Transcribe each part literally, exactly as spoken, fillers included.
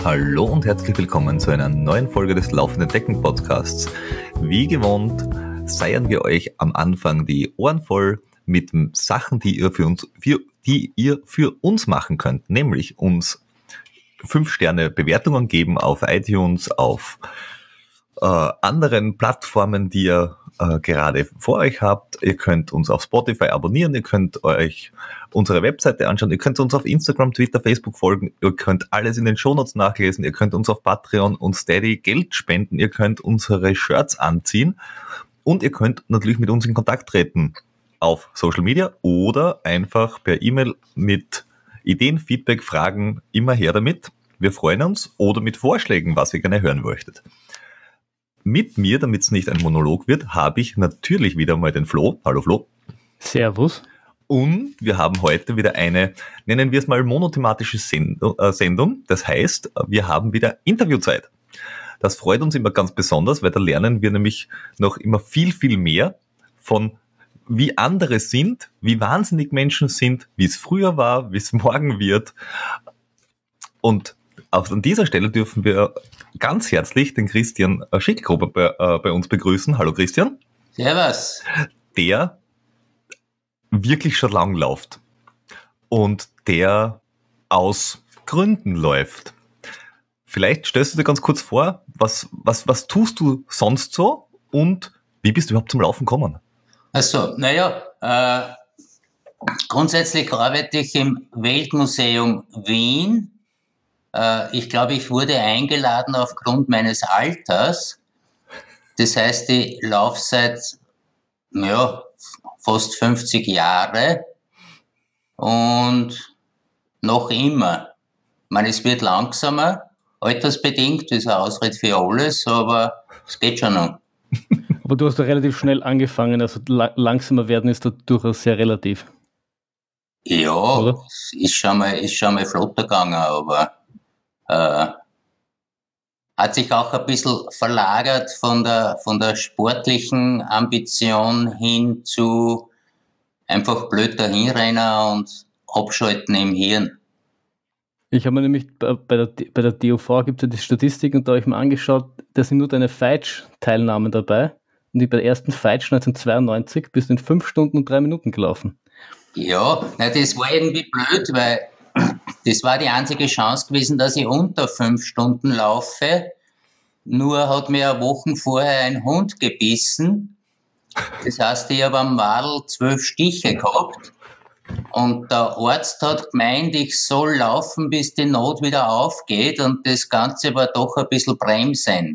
Hallo und herzlich willkommen zu einer neuen Folge des Laufenden Decken Podcasts. Wie gewohnt seiern wir euch am Anfang die Ohren voll mit Sachen, die ihr für uns, für, die ihr für uns machen könnt, nämlich uns fünf Sterne Bewertungen geben auf iTunes, auf äh, anderen Plattformen, die ihr äh, gerade vor euch habt. Ihr könnt uns auf Spotify abonnieren, ihr könnt euch unsere Webseite anschauen, ihr könnt uns auf Instagram, Twitter, Facebook folgen, ihr könnt alles in den Shownotes nachlesen, ihr könnt uns auf Patreon und Steady Geld spenden, ihr könnt unsere Shirts anziehen und ihr könnt natürlich mit uns in Kontakt treten auf Social Media oder einfach per E-Mail mit Ideen, Feedback, Fragen, immer her damit. Wir freuen uns, oder mit Vorschlägen, was ihr gerne hören möchtet. Mit mir, damit es nicht ein Monolog wird, habe ich natürlich wieder mal den Flo. Hallo Flo. Servus. Und wir haben heute wieder eine, nennen wir es mal, monothematische Sendung. Das heißt, wir haben wieder Interviewzeit. Das freut uns immer ganz besonders, weil da lernen wir nämlich noch immer viel, viel mehr von wie andere sind, wie wahnsinnig Menschen sind, wie es früher war, wie es morgen wird. Und auch an dieser Stelle dürfen wir ganz herzlich den Christian Schickgruber bei, äh, bei uns begrüßen. Hallo Christian. Servus. Der wirklich schon lang läuft und der aus Gründen läuft. Vielleicht stellst du dir ganz kurz vor, was, was, was tust du sonst so und wie bist du überhaupt zum Laufen gekommen? Also, naja, äh, grundsätzlich arbeite ich im Weltmuseum Wien. Äh, ich glaube, ich wurde eingeladen aufgrund meines Alters. Das heißt, ich laufe seit ja, fast fünfzig Jahre und noch immer. Ich meine, es wird langsamer, altersbedingt, das ist ein Ausritt für alles, aber es geht schon noch. Aber du hast ja relativ schnell angefangen, also la- langsamer werden ist da durchaus sehr relativ. Ja, oder? ist schon mal, ist schon mal flotter gegangen, aber äh, hat sich auch ein bisschen verlagert von der, von der sportlichen Ambition hin zu einfach blöd dahinrennen und abschalten im Hirn. Ich habe mir nämlich bei der, bei der D O V gibt es ja die Statistik und da habe ich mir angeschaut, da sind nur deine Feitsch-Teilnahmen dabei. Und die bei der ersten Feitsch neunzehnhundertzweiundneunzig bist du in fünf Stunden und drei Minuten gelaufen. Ja, na, das war irgendwie blöd, weil das war die einzige Chance gewesen, dass ich unter fünf Stunden laufe. Nur hat mir Wochen vorher ein Hund gebissen. Das heißt, ich habe am Wadl zwölf Stiche gehabt. Und der Arzt hat gemeint, ich soll laufen, bis die Not wieder aufgeht. Und das Ganze war doch ein bisschen bremsend.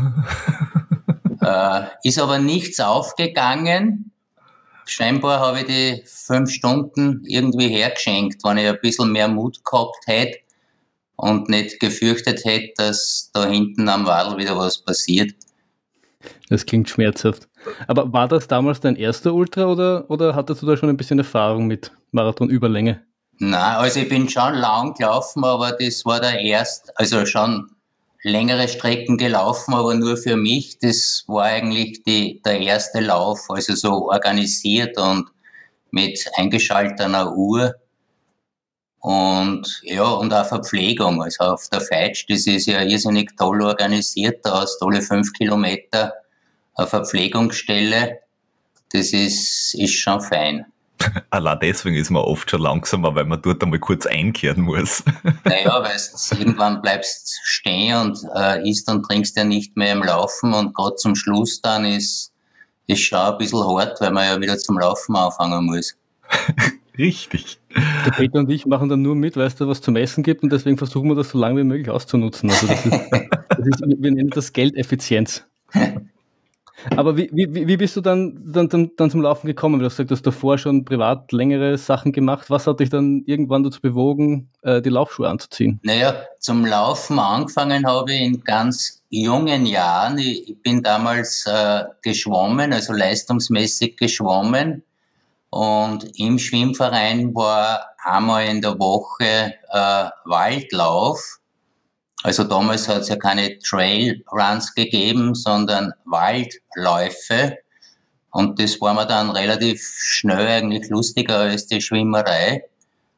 äh, ist aber nichts aufgegangen. Scheinbar habe ich die fünf Stunden irgendwie hergeschenkt, wenn ich ein bisschen mehr Mut gehabt hätte und nicht gefürchtet hätte, dass da hinten am Wadl wieder was passiert. Das klingt schmerzhaft. Aber war das damals dein erster Ultra oder, oder hattest du da schon ein bisschen Erfahrung mit Marathonüberlänge? Nein, also ich bin schon lang gelaufen, aber das war der erste, also schon längere Strecken gelaufen, aber nur für mich. Das war eigentlich die, der erste Lauf, also so organisiert und mit eingeschalteter Uhr. Und ja, und auch Verpflegung. Also auf der Feitsch, das ist ja irrsinnig toll organisiert. Da hast du alle fünf Kilometer eine Verpflegungsstelle. Das ist, ist schon fein. Allein deswegen ist man oft schon langsamer, weil man dort einmal kurz einkehren muss. Naja, weil du irgendwann bleibst stehen und äh, isst und trinkst ja nicht mehr im Laufen und gerade zum Schluss dann ist, ist schon ein bisschen hart, weil man ja wieder zum Laufen anfangen muss. Richtig. Der Peter und ich machen dann nur mit, weil es da was zum Essen gibt und deswegen versuchen wir das so lange wie möglich auszunutzen. Also das ist, das ist, wir nennen das Geldeffizienz. Aber wie, wie, wie bist du dann, dann, dann, dann zum Laufen gekommen? Du hast gesagt, du hast davor schon privat längere Sachen gemacht. Was hat dich dann irgendwann dazu bewogen, die Laufschuhe anzuziehen? Naja, zum Laufen angefangen habe ich in ganz jungen Jahren. Ich, ich bin damals äh, geschwommen, also leistungsmäßig geschwommen. Und im Schwimmverein war einmal in der Woche äh, Waldlauf. Also damals hat es ja keine Trailruns gegeben, sondern Waldläufe. Und das war mir dann relativ schnell eigentlich lustiger als die Schwimmerei.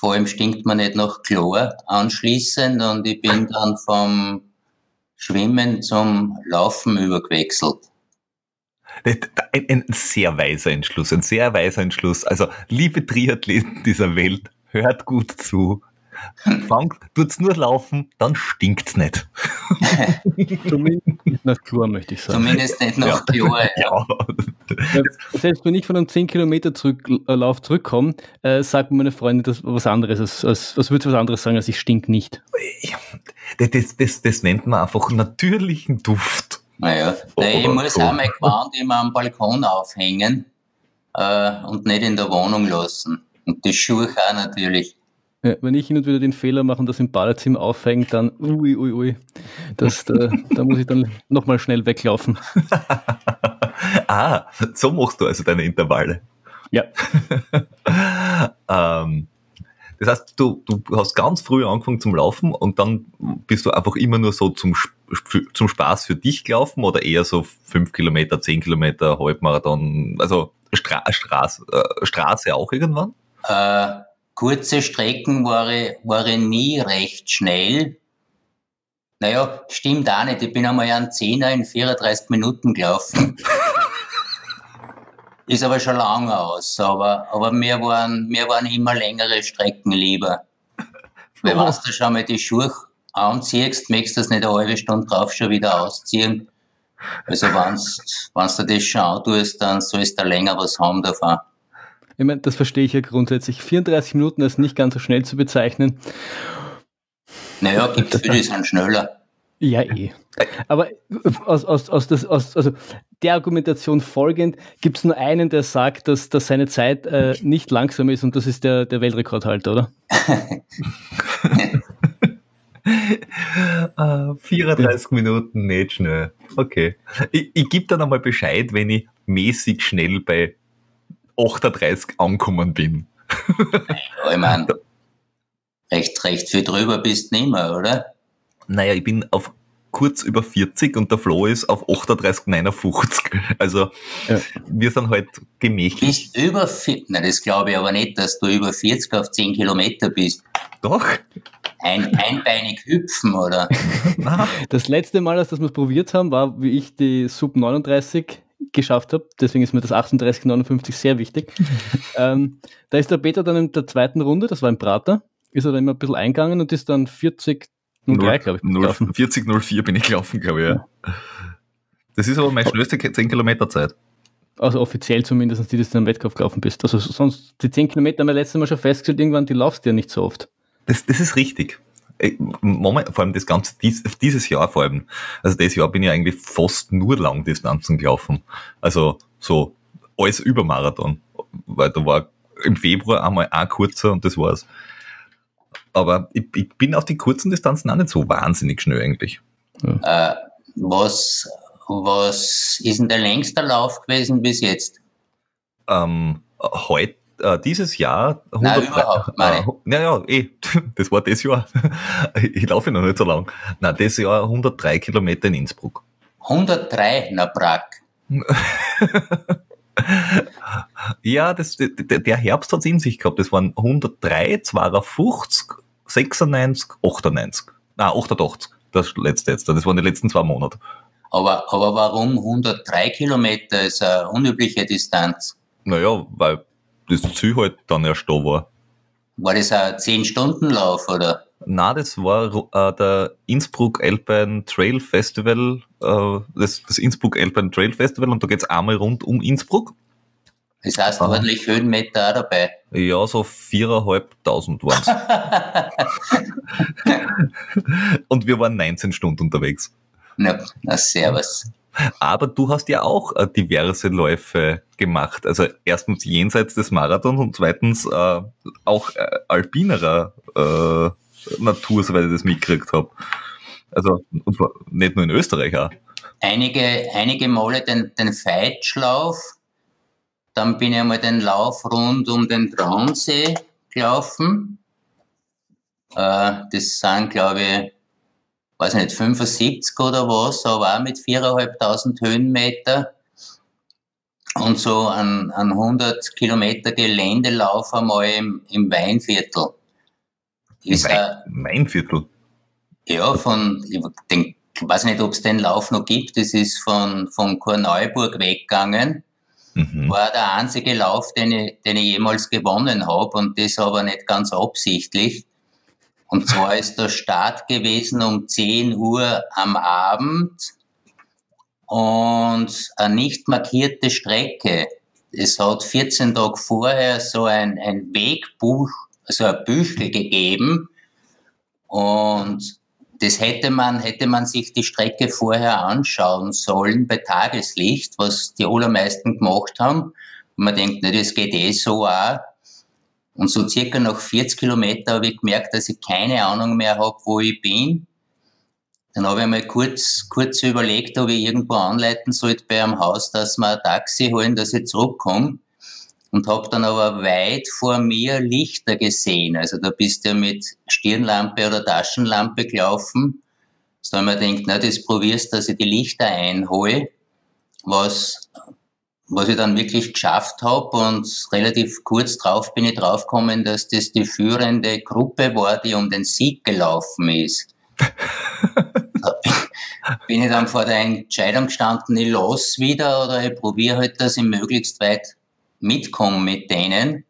vor allem stinkt man nicht nach Chlor anschließend und ich bin dann vom Schwimmen zum Laufen übergewechselt. Ein, ein sehr weiser Entschluss, ein sehr weiser Entschluss. Also, liebe Triathleten dieser Welt, hört gut zu. Fangt, tut's nur laufen, dann stinkt's nicht. Zumindest nicht nach Chlor, möchte ich sagen. Zumindest nicht nach Chlor. Ja. Ja, selbst wenn ich von einem zehn Kilometer zurück, äh, Lauf zurückkomme, äh, sagt meine Freundin das was anderes. Als, als, als würde sie was anderes sagen, als ich stink nicht. Das, das, das nennt man einfach natürlichen Duft. Naja, Oh, ich oh, muss oh. auch mein Gewand immer am Balkon aufhängen äh, und nicht in der Wohnung lassen. Und die Schuhe auch natürlich. Ja, wenn ich hin und wieder den Fehler mache und das im Badezimmer aufhänge, dann ui, ui, ui. Das, da, da muss ich dann nochmal schnell weglaufen. Ah, so machst du also deine Intervalle. Ja. ähm, das heißt, du, du hast ganz früh angefangen zum Laufen und dann bist du einfach immer nur so zum, zum Spaß für dich gelaufen oder eher so fünf Kilometer, zehn Kilometer, Halbmarathon, also Stra Straße, äh, Straße auch irgendwann? Äh, kurze Strecken war ich, war ich nie recht schnell. Naja, stimmt auch nicht. Ich bin einmal einen Zehner in vierunddreißig Minuten gelaufen. Ist aber schon lange aus. Aber, aber mir waren, mir waren immer längere Strecken lieber. Weil wenn du schon mal die Schuhe anziehst, möchtest du das nicht eine halbe Stunde drauf schon wieder ausziehen. Also wenn du das schon antust, dann sollst du länger was haben davon. Ich meine, das verstehe ich ja grundsätzlich. vierunddreißig Minuten ist nicht ganz so schnell zu bezeichnen. Naja, gibt viele, die sind schneller. Ja, eh. Aber aus, aus, aus, das, aus also der Argumentation folgend gibt es nur einen, der sagt, dass, dass seine Zeit äh, nicht langsam ist und das ist der, der Weltrekordhalter, oder? uh, vierunddreißig Minuten, nicht schnell. Okay. Ich, ich gebe dann einmal Bescheid, wenn ich mäßig schnell bei achtunddreißig angekommen bin. Ja, ich meine, recht, recht viel drüber bist du nicht mehr, oder? Naja, ich bin auf kurz über vierzig und der Flo ist auf achtunddreißig Komma neunundfünfzig. Also, ja. Wir sind halt gemächlich. Bist über vierzig, nein, das glaube ich aber nicht, dass du über vierzig auf zehn Kilometer bist. Doch. Ein, einbeinig hüpfen, oder? Das letzte Mal, als das wir es probiert haben, war, wie ich die Sub neununddreißig geschafft habe. Deswegen ist mir das achtunddreißig neunundfünfzig sehr wichtig. ähm, da ist der Peter dann in der zweiten Runde, das war ein Prater, ist er dann immer ein bisschen eingegangen und ist dann vierzig null drei, glaube ich, gelaufen. vierzig null vier bin ich gelaufen, glaube ich, ja. Das ist aber meine schnellste zehn Kilometer Zeit. Also offiziell zumindest, die du in einem Wettkampf gelaufen bist. Also sonst, die zehn Kilometer haben wir letztes Mal schon festgestellt, irgendwann, die laufst du ja nicht so oft. Das, das ist richtig. Moment, vor allem das ganze, dies, dieses Jahr vor allem. Also das Jahr bin ich eigentlich fast nur Langdistanzen gelaufen. Also so alles über Marathon. Weil da war im Februar einmal ein kurzer und das war's. Aber ich, ich bin auf die kurzen Distanzen auch nicht so wahnsinnig schnell eigentlich. Ja. Äh, was, was ist denn der längste Lauf gewesen bis jetzt? Ähm, heute, äh, dieses Jahr... Nein, überhaupt, meine ich. Äh, naja, eh, das war das Jahr. Ich laufe noch nicht so lang. Nein, das Jahr hundertdrei Kilometer in Innsbruck. hundertdrei, na Brack. Ja, das, der, der Herbst hat's in sich gehabt. Das waren hundertdrei, zweiundfünfzig, sechsundneunzig, achtundneunzig. Nein, achtundachtzig. Das letzte jetzt. Das waren die letzten zwei Monate. Aber, aber warum hundertdrei Kilometer ist eine unübliche Distanz? Naja, weil das Ziel halt dann erst da war. War das ein zehn-Stunden-Lauf, oder? Nein, das war äh, der Innsbruck Alpine Trail Festival, äh, das, das Innsbruck Alpine Trail Festival und da geht's einmal rund um Innsbruck. Das heißt, ordentlich Höhenmeter auch dabei. Ja, so viertausendfünfhundert waren's. Und wir waren neunzehn Stunden unterwegs. Na, na servus. Aber du hast ja auch äh, diverse Läufe gemacht. Also erstens jenseits des Marathons und zweitens äh, auch äh, alpinerer äh, Natur, soweit ich das mitgekriegt habe. Also und zwar nicht nur in Österreich auch. Einige, einige Male den, den Feitschlauf. Dann bin ich einmal den Lauf rund um den Traunsee gelaufen. Äh, das sind, glaube ich, weiß nicht, fünfundsiebzig oder was, aber auch mit viertausendfünfhundert Höhenmeter. Und so ein, ein hundert Kilometer Geländelauf einmal im, im Weinviertel. ist Mein, ein, mein Viertel. ja, von, ich denk, ich weiß nicht, ob es den Lauf noch gibt, das ist von, von Korneuburg weggegangen. Mhm. War der einzige Lauf, den ich, den ich jemals gewonnen habe, und das aber nicht ganz absichtlich. Und zwar ist der Start gewesen um zehn Uhr am Abend und eine nicht markierte Strecke. Es hat vierzehn Tage vorher so ein, ein Wegbuch, also ein Büchel gegeben, und das hätte man, hätte man sich die Strecke vorher anschauen sollen bei Tageslicht, was die allermeisten gemacht haben. Und man denkt, ne, das geht eh so auch. Und so circa nach vierzig Kilometer habe ich gemerkt, dass ich keine Ahnung mehr habe, wo ich bin. Dann habe ich mal kurz, kurz überlegt, ob ich irgendwo anleiten sollte bei einem Haus, dass wir ein Taxi holen, dass ich zurückkomme. Und habe dann aber weit vor mir Lichter gesehen. Also da bist du ja mit Stirnlampe oder Taschenlampe gelaufen. Da habe ich mir gedacht, na, das probierst, dass ich die Lichter einhole, was, was ich dann wirklich geschafft habe. Und relativ kurz drauf bin ich draufgekommen, dass das die führende Gruppe war, die um den Sieg gelaufen ist. Da bin ich dann vor der Entscheidung gestanden, ich lasse wieder oder ich probiere halt, dass ich möglichst weit mitkomme mit denen.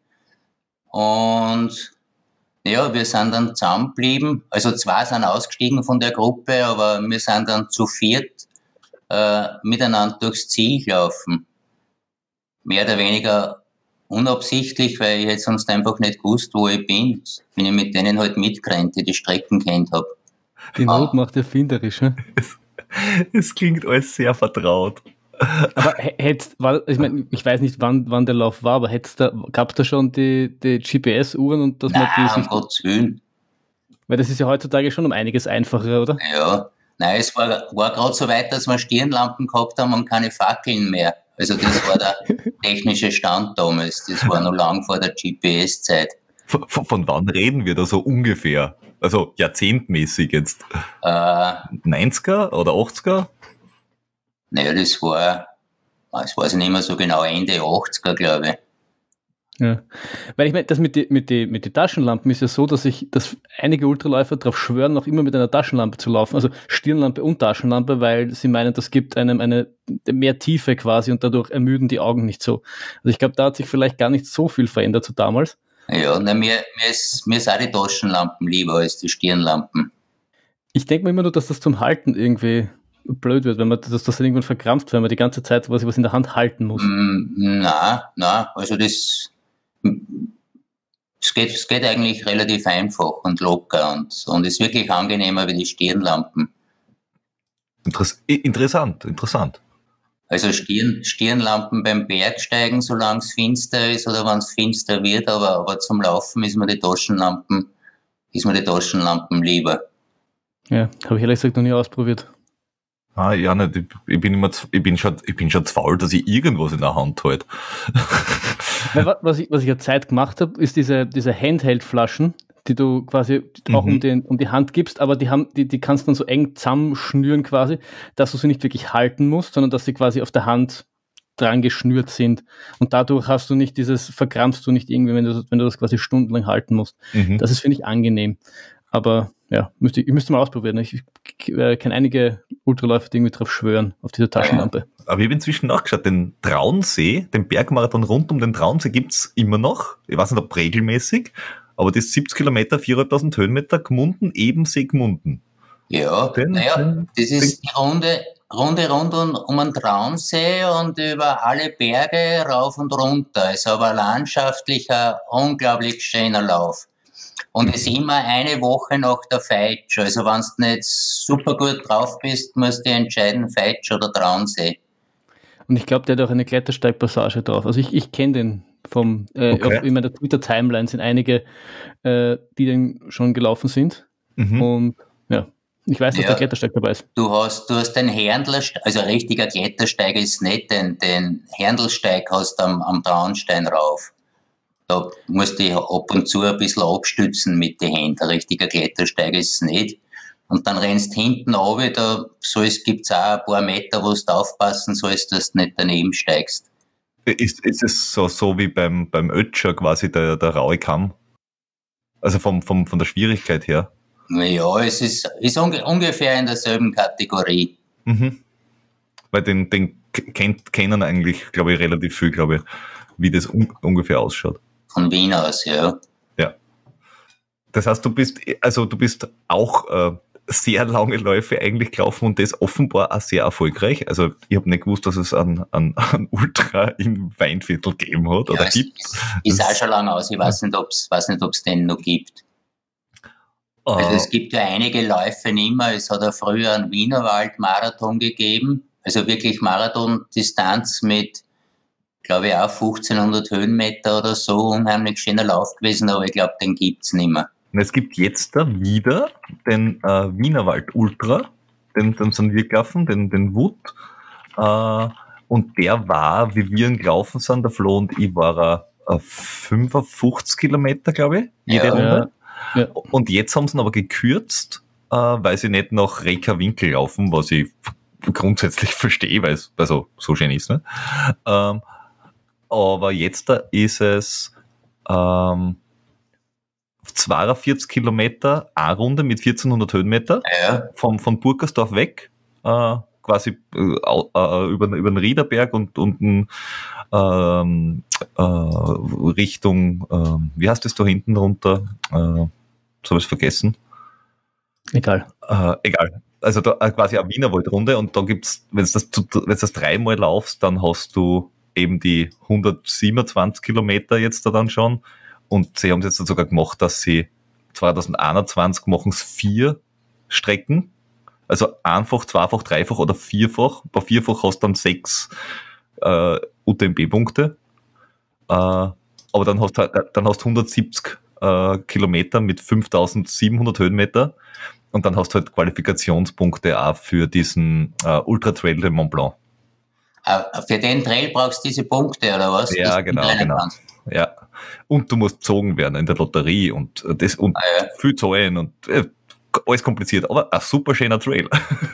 Und ja, wir sind dann zusammengeblieben. Also zwei sind ausgestiegen von der Gruppe, aber wir sind dann zu viert äh, miteinander durchs Ziel gelaufen. Mehr oder weniger unabsichtlich, weil ich jetzt sonst einfach nicht gewusst, wo ich bin. Bin ich mit denen halt mitgerannt, die die Strecken kennt habe. Die Not macht erfinderisch, ne? Es klingt alles sehr vertraut. Aber hättest, war, ich meine, ich weiß nicht, wann, wann der Lauf war, aber hättest da, gab's da schon die, die G P S-Uhren und dass Nein, man die sich, um Gottes Willen. weil das ist ja heutzutage schon um einiges einfacher, oder? Ja, nein, es war, war gerade so weit, dass wir Stirnlampen gehabt haben und keine Fackeln mehr. Also das war der technische Stand damals. Das war noch lang vor der G P S-Zeit. Von, von wann reden wir da so ungefähr? Also jahrzehntmäßig jetzt? Äh, neunziger oder achtziger? naja, das war, das weiß ich nicht mehr so genau, Ende achtziger, glaube ich. Ja. Weil ich meine, das mit den mit die, mit die Taschenlampen ist ja so, dass ich, dass einige Ultraläufer darauf schwören, noch immer mit einer Taschenlampe zu laufen, also Stirnlampe und Taschenlampe, weil sie meinen, das gibt einem eine mehr Tiefe quasi und dadurch ermüden die Augen nicht so. Also ich glaube, da hat sich vielleicht gar nicht so viel verändert zu damals. Ja, na, mir, mir, ist, mir ist auch die Taschenlampen lieber als die Stirnlampen. Ich denke mir immer nur, dass das zum Halten irgendwie blöd wird, wenn man dass das irgendwann verkrampft, wenn man die ganze Zeit quasi was in der Hand halten muss. Mm, na, na, also das, es geht, es geht eigentlich relativ einfach und locker und, und ist wirklich angenehmer wie die Stirnlampen. Interess- interessant, interessant. Also Stirn, Stirnlampen beim Bergsteigen, solange es finster ist oder wenn es finster wird, aber, aber zum Laufen ist mir die Taschenlampen, ist mir die Taschenlampen lieber. Ja, habe ich ehrlich gesagt noch nie ausprobiert. Ah, ja, nicht. Ich, ich bin immer, zu, ich bin schon, ich bin schon zu faul, dass ich irgendwas in der Hand halte. Weil, was ich, was ich ja Zeit gemacht habe, ist diese, diese Handheld-Flaschen, die du quasi Mhm. auch um, den, um die Hand gibst, aber die haben, die, die kannst du dann so eng zusammenschnüren quasi, dass du sie nicht wirklich halten musst, sondern dass sie quasi auf der Hand dran geschnürt sind. Und dadurch hast du nicht dieses, verkrampfst du nicht irgendwie, wenn du, wenn du das quasi stundenlang halten musst. Mhm. Das ist, finde ich, angenehm. Aber ja, müsste, ich müsste mal ausprobieren. Ich, ich äh, kenne einige Ultraläufer, die irgendwie drauf schwören, auf diese Taschenlampe. Aber ich habe inzwischen nachgeschaut, den Traunsee, den Bergmarathon rund um den Traunsee gibt's immer noch. Ich weiß nicht, ob regelmäßig, aber das siebzig Kilometer, viertausendfünfhundert Höhenmeter, Gmunden, Ebensee, Gmunden. Ja, Den- naja, den- das ist die Runde, Runde rund um, um den Traunsee und über alle Berge rauf und runter. Es ist aber ein landschaftlicher, unglaublich schöner Lauf. Und es ist immer eine Woche nach der Feitsch. Also wenn du nicht super gut drauf bist, musst du entscheiden, Feitsch oder Traunsee. Und ich glaube, der hat auch eine Klettersteigpassage drauf. Also ich, ich kenne den vom, äh, Okay. auf, in meiner Twitter-Timeline sind einige, äh, die den schon gelaufen sind. Mhm. Und ja, ich weiß, dass Ja. der Klettersteig dabei ist. Du hast, du hast den Herndlersteig, also ein richtiger Klettersteig ist nicht, den, den Herndlsteig hast du am, am Traunstein rauf. Da musst du dich ab und zu ein bisschen abstützen mit den Händen. Ein richtiger Klettersteig ist es nicht. Und dann rennst hinten runter, da soll's, gibt's auch ein paar Meter, wo du aufpassen sollst, dass du nicht daneben steigst. Ist, ist es so, so wie beim, beim Ötscher quasi der, der raue Kamm? Also vom, vom, von der Schwierigkeit her. Ja, es ist, ist unge- ungefähr in derselben Kategorie. Mhm. Weil den, den kennt, kennen eigentlich, glaube ich, relativ viel, glaube ich, wie das un ungefähr ausschaut. Von Wien aus, ja. Ja. Das heißt, du bist, also du bist auch äh, sehr lange Läufe eigentlich gelaufen und das offenbar auch sehr erfolgreich. Also ich habe nicht gewusst, dass es einen, einen, einen Ultra im Weinviertel gegeben hat Ja, oder es gibt. ist, ist auch schon lange aus. Ich weiß nicht, ob es weiß nicht, ob es den noch gibt. Äh, Also es gibt ja einige Läufe nicht mehr. Es hat ja früher einen Wienerwald-Marathon gegeben. Also wirklich Marathondistanz mit, glaube ich, auch fünfzehnhundert Höhenmeter oder so. Unheimlich schöner Lauf gewesen, aber ich glaube, den gibt's nicht mehr. es gibt jetzt da wieder den äh, Wienerwald Ultra, den, den sind wir gelaufen, den, den Wood. Äh, und der war, wie wir ihn gelaufen sind, der Flo und ich, war er äh, fünfundfünfzig Kilometer, glaube ich, jede Ja. Runde. Ja, ja. Und jetzt haben sie ihn aber gekürzt, äh, weil sie nicht nach Reka-Winkel laufen, was ich grundsätzlich verstehe, weil es also so schön ist. Ne? Ähm, aber jetzt da ist es ähm, zweiundvierzig Kilometer, eine Runde mit vierzehnhundert Höhenmeter, Ja, vom, von Burgersdorf weg, äh, quasi äh, au- äh, über, über den Riederberg und unten ähm, äh, Richtung, äh, wie heißt das da hinten runter? Äh, so habe ich es vergessen. Egal. Äh, egal. Also da äh, quasi eine Wienerwaldrunde und da gibt's, wenn du das, zu- wenn du das dreimal laufst, dann hast du eben die hundertsiebenundzwanzig Kilometer jetzt da dann schon. Und sie haben es jetzt sogar gemacht, dass sie zwanzig einundzwanzig machen es vier Strecken. Also einfach, zweifach, dreifach oder vierfach. Bei vierfach hast du dann sechs äh, U T M B-Punkte. Äh, aber dann hast du halt- dann hast du hundertsiebzig äh, Kilometer mit fünftausendsiebenhundert Höhenmeter. Und dann hast du halt Qualifikationspunkte auch für diesen äh, Ultra Trail de Mont Blanc. Äh, für den Trail brauchst du diese Punkte, oder was? Ja, Dass du genau, rein genau. kannst. Ja. Und du musst gezogen werden in der Lotterie und äh, das und Ah, ja. viel zahlen und äh, alles kompliziert, aber ein super schöner Trail.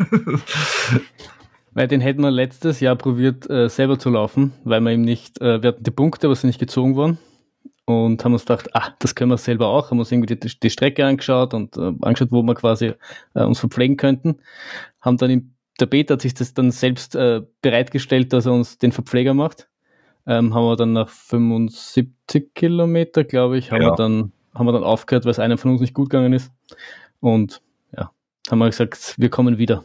Weil den hätten wir letztes Jahr probiert, äh, selber zu laufen, weil wir ihm nicht, äh, wir hatten die Punkte, aber sind nicht gezogen worden. Und haben uns gedacht, ah, das können wir selber auch. Haben uns irgendwie die, die Strecke angeschaut und äh, angeschaut, wo wir quasi äh, uns verpflegen könnten. Haben dann im, der Peter hat sich das dann selbst äh, bereitgestellt, dass er uns den Verpfleger macht. Ähm, haben wir dann nach fünfundsiebzig Kilometer, glaube ich, haben Ja. wir dann, haben wir dann aufgehört, weil es einem von uns nicht gut gegangen ist. Und ja, haben wir gesagt, wir kommen wieder.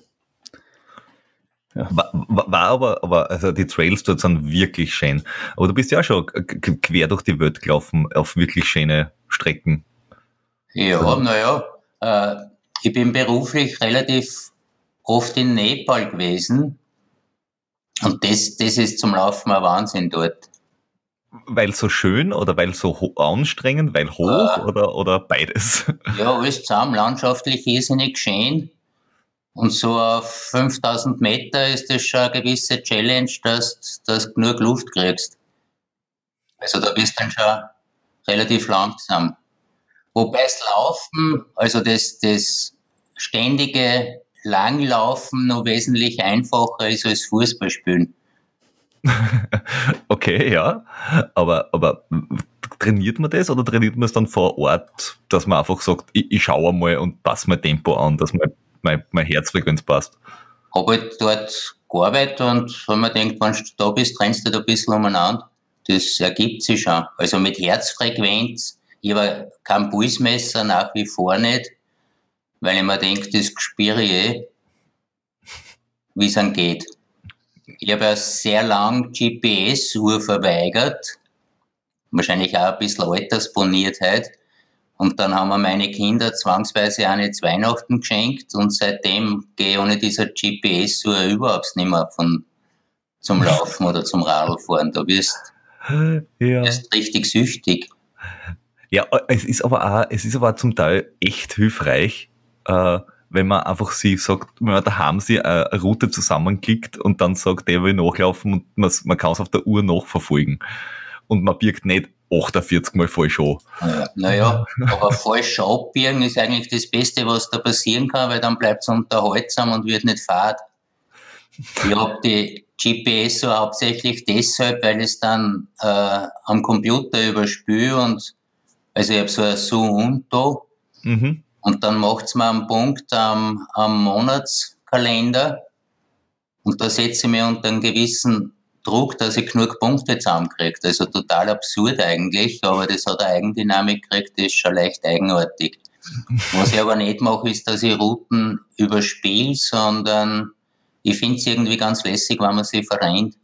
War, war war aber, aber also die Trails dort sind wirklich schön. Aber du bist ja auch schon g- g- quer durch die Welt gelaufen auf wirklich schöne Strecken. Ja, naja, äh, ich bin beruflich relativ oft in Nepal gewesen und das, das ist zum Laufen ein Wahnsinn dort. Weil so schön oder weil so ho- anstrengend, weil hoch Äh. oder, oder beides? Ja, alles zusammen, landschaftlich irrsinnig schön und so auf fünftausend Meter ist das schon eine gewisse Challenge, dass, dass du genug Luft kriegst. Also da bist du dann schon relativ langsam. Wobei das Laufen, also das, das ständige Langlaufen noch wesentlich einfacher ist als Fußballspielen. Okay, ja. Aber, aber trainiert man das oder trainiert man es dann vor Ort, dass man einfach sagt, ich, ich schaue mal und passe mein Tempo an, dass mein, mein, mein Herzfrequenz passt? Habe halt dort gearbeitet und wenn man denkt, wenn du da bist, rennst du da ein bisschen umeinander. Das ergibt sich schon. Also mit Herzfrequenz, ich habe kein Pulsmesser, nach wie vor nicht, weil ich mir denke, das spüre ich eh, wie es dann geht. Ich habe ja sehr lang G P S-Uhr verweigert, wahrscheinlich auch ein bisschen Altersboniertheit. Und dann haben mir meine Kinder zwangsweise eine zu Weihnachten geschenkt und seitdem gehe ich ohne dieser G P S-Uhr überhaupt nicht mehr von, zum Laufen oder zum Radlfahren. Da wirst Ja. du richtig süchtig. Ja, es ist aber auch, es ist aber auch zum Teil echt hilfreich, äh, wenn man einfach sie sagt, wenn man daheim sie eine Route zusammenklickt und dann sagt, der will nachlaufen und man, man kann es auf der Uhr nachverfolgen. Und man birgt nicht achtundvierzig Mal falsch an. Ja, naja, aber falsch abbiegen ist eigentlich das Beste, was da passieren kann, weil dann bleibt es unterhaltsam und wird nicht fad. Ich habe die G P S so hauptsächlich deshalb, weil ich es dann äh, am Computer überspüle und Also ich habe so ein Suunto mhm. und dann macht es mir einen Punkt am, am Monatskalender und da setze ich mir unter einen gewissen Druck, dass ich genug Punkte zusammenkriege. Also total absurd eigentlich, aber das hat eine Eigendynamik gekriegt, das ist schon leicht eigenartig. Was ich aber nicht mache, ist, dass ich Routen überspiele, sondern ich finde es irgendwie ganz lässig, wenn man sie verrennt.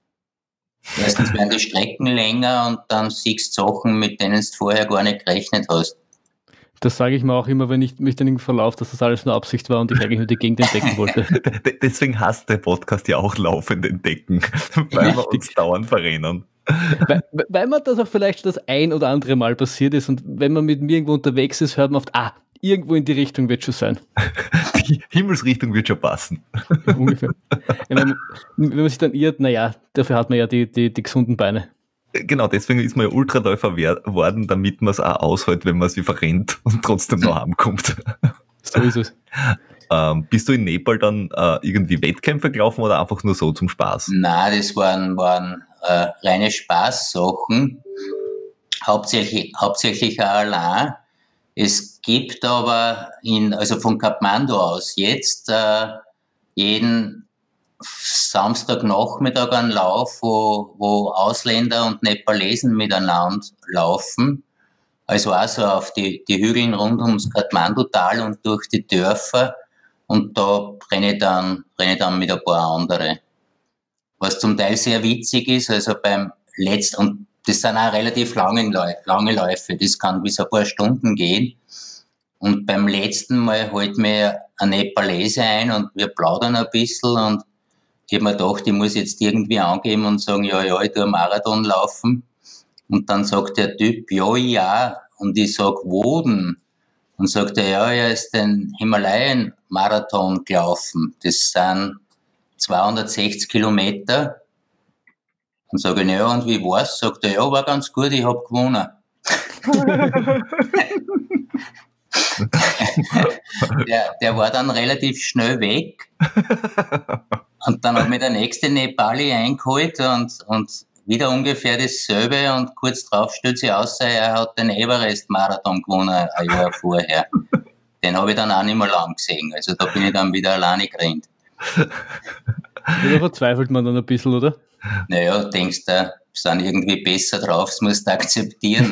Erstens werden die Strecken länger und dann siehst du Sachen, mit denen du vorher gar nicht gerechnet hast. Das sage ich mir auch immer, wenn ich mich dann im Verlauf, dass das alles nur Absicht war und ich eigentlich nur die Gegend entdecken wollte. Deswegen hasst der Podcast ja auch laufend entdecken, weil wir uns dauernd verrennen. Weil, weil man das auch vielleicht das ein oder andere Mal passiert ist und wenn man mit mir irgendwo unterwegs ist, hört man oft, ah, irgendwo in die Richtung wird schon sein. Die Himmelsrichtung wird schon passen. Ja, ungefähr. Ja, wenn, wenn man sich dann irrt, naja, dafür hat man ja die, die, die gesunden Beine. Genau, deswegen ist man ja Ultraläufer geworden, damit man es auch aushält, wenn man sie verrennt und trotzdem noch heimkommt. So ist es. Ähm, bist du in Nepal dann äh, irgendwie Wettkämpfe gelaufen oder einfach nur so zum Spaß? Nein, das waren, waren äh, reine Spaßsachen, hauptsächlich, hauptsächlich auch allein. Es gibt aber in, also von Kathmandu aus jetzt äh, jeden Samstagnachmittag einen Lauf, wo, wo Ausländer und Nepalesen miteinander laufen. Also auch so auf die, die Hügeln rund ums Kathmandu-Tal und durch die Dörfer. Und da renne ich dann, renne ich dann mit ein paar andere. Was zum Teil sehr witzig ist, also beim letzten, und das sind auch relativ lange, lange Läufe, das kann bis ein paar Stunden gehen. Und beim letzten Mal holt mir ein Nepalese ein und wir plaudern ein bisschen und ich habe mir gedacht, ich muss jetzt irgendwie angeben und sagen, ja, ja, ich tue einen Marathon laufen. Und dann sagt der Typ, ja, ja. Und ich sag, wo denn? Und sagt er, ja, er ist den Himalayan-Marathon gelaufen. Das sind zweihundertsechzig Kilometer. Und sage ich, ja, und wie war's? Sagt er, ja, war ganz gut, ich hab gewonnen. der, der war dann relativ schnell weg. Und dann hat mich der nächste Nepali eingeholt und, und wieder ungefähr dasselbe und kurz drauf stellt sich aus, er hat den Everest-Marathon gewonnen ein Jahr vorher. Den habe ich dann auch nicht mehr lang gesehen. Also da bin ich dann wieder alleine gerannt. Da verzweifelt man dann ein bisschen, oder? Naja, denkst du, sind irgendwie besser drauf, das musst du akzeptieren.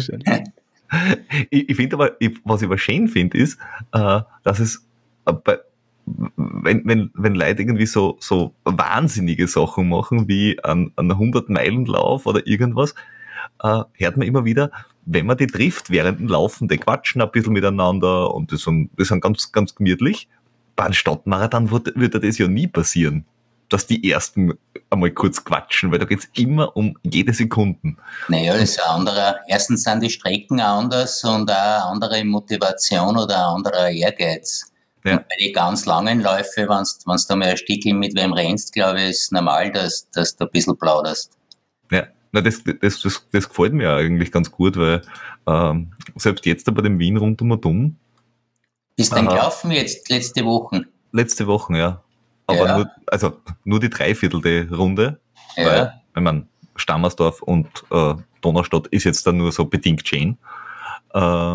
ich ich finde aber, ich, was ich aber schön finde, ist, äh, dass es äh, bei Wenn, wenn, wenn Leute irgendwie so, so wahnsinnige Sachen machen, wie einen, einen hundert-Meilen-Lauf oder irgendwas, äh, hört man immer wieder, wenn man die trifft während dem Laufen, die quatschen ein bisschen miteinander und das sind, das sind ganz, ganz gemütlich. Bei einem Stadtmarathon würde, würde das ja nie passieren, dass die Ersten einmal kurz quatschen, weil da geht's immer um jede Sekunde. Naja, das ist ein anderer, erstens sind die Strecken anders und auch eine andere Motivation oder ein anderer Ehrgeiz. Ja. Und bei den ganz langen Läufen, wenn du da mal ein Stückchen mit wem rennst, glaube ich, ist es normal, dass, dass du ein bisschen plauderst. Ja, na, das, das, das, das gefällt mir eigentlich ganz gut, weil ähm, selbst jetzt bei dem Wien rund um und um. Bist du denn gelaufen jetzt, letzte Woche? Letzte Woche, ja. Aber ja. Nur, also nur die dreiviertelte Runde. Ja. Weil, ich meine, Stammersdorf und äh, Donaustadt ist jetzt dann nur so bedingt schön. Äh,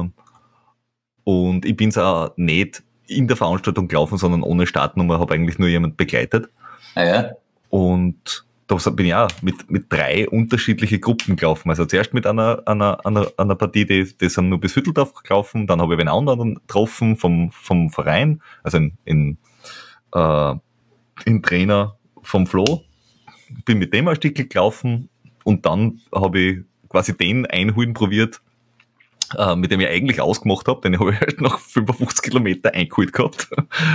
und ich bin's auch nicht in der Veranstaltung gelaufen, sondern ohne Startnummer, habe eigentlich nur jemand begleitet. Ah, ja. Und da bin ich auch mit, mit drei unterschiedliche Gruppen gelaufen. Also zuerst mit einer, einer, einer, einer Partie, die, die sind nur bis Hütteldorf gelaufen, dann habe ich einen anderen getroffen vom, vom Verein, also in, in, äh, in Trainer vom Flo, bin mit dem ein Stück gelaufen und dann habe ich quasi den einholen probiert, Uh, mit dem ich eigentlich ausgemacht habe, den habe ich halt nach fünfundfünfzig Kilometer eingeholt gehabt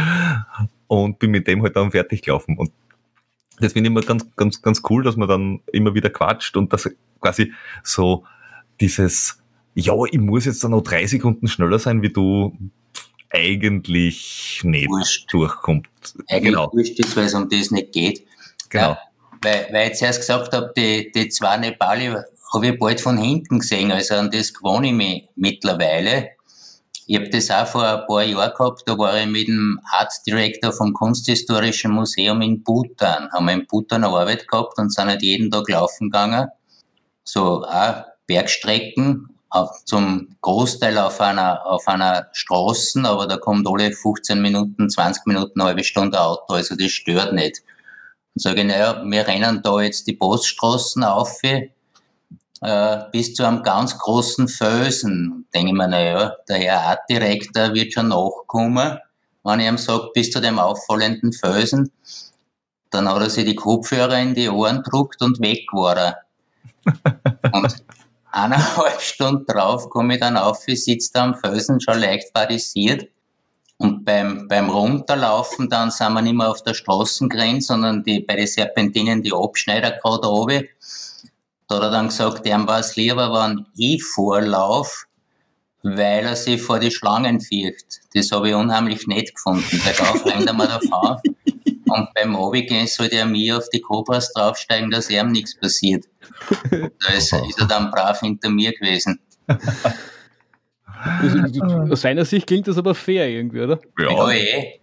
und bin mit dem halt dann fertig gelaufen. Und das finde ich immer ganz, ganz, ganz cool, dass man dann immer wieder quatscht und dass quasi so dieses, ja, ich muss jetzt dann noch drei Sekunden schneller sein wie du, eigentlich nicht wurscht. Durchkommt. Eigentlich genau. Wurscht ist, weil es um das nicht geht. Genau. Ja, weil, weil ich zuerst gesagt habe, die, die zwei Nepali habe ich bald von hinten gesehen, also an das gewohne ich mich mittlerweile. Ich habe das auch vor ein paar Jahren gehabt, da war ich mit dem Art Director vom Kunsthistorischen Museum in Bhutan. Haben wir in Bhutan eine Arbeit gehabt und sind halt jeden Tag laufen gegangen. So auch Bergstrecken, auf, zum Großteil auf einer, auf einer Straße, aber da kommt alle fünfzehn Minuten, zwanzig Minuten, eine halbe Stunde ein Auto, also das stört nicht. Und sage ich, naja, wir rennen da jetzt die Poststraßen auf, äh, bis zu einem ganz großen Felsen. Denke ich mir, naja, der Herr Artdirektor wird schon nachkommen, wenn ich ihm sage, bis zu dem auffallenden Felsen. Dann hat er sich die Kopfhörer in die Ohren gedruckt und weg war er. Und eineinhalb Stunden drauf komme ich dann auf, ich sitze da am Felsen, schon leicht parisiert. Und beim, beim Runterlaufen, dann sind wir nicht mehr auf der Straßengrenze, sondern die, bei den Serpentinen die Abschneider gerade oben. Da hat er dann gesagt, ihm war es lieber, wenn ich vorlaufe, weil er sich vor die Schlangen fürchtet. Das habe ich unheimlich nett gefunden. Bergauf rennt er mir davon. Und beim Runtergehen sollte er mir auf die Cobras draufsteigen, dass ihm nichts passiert. Da ist, ist er dann brav hinter mir gewesen. Also, aus seiner Sicht klingt das aber fair irgendwie, oder? Ja, ja eh.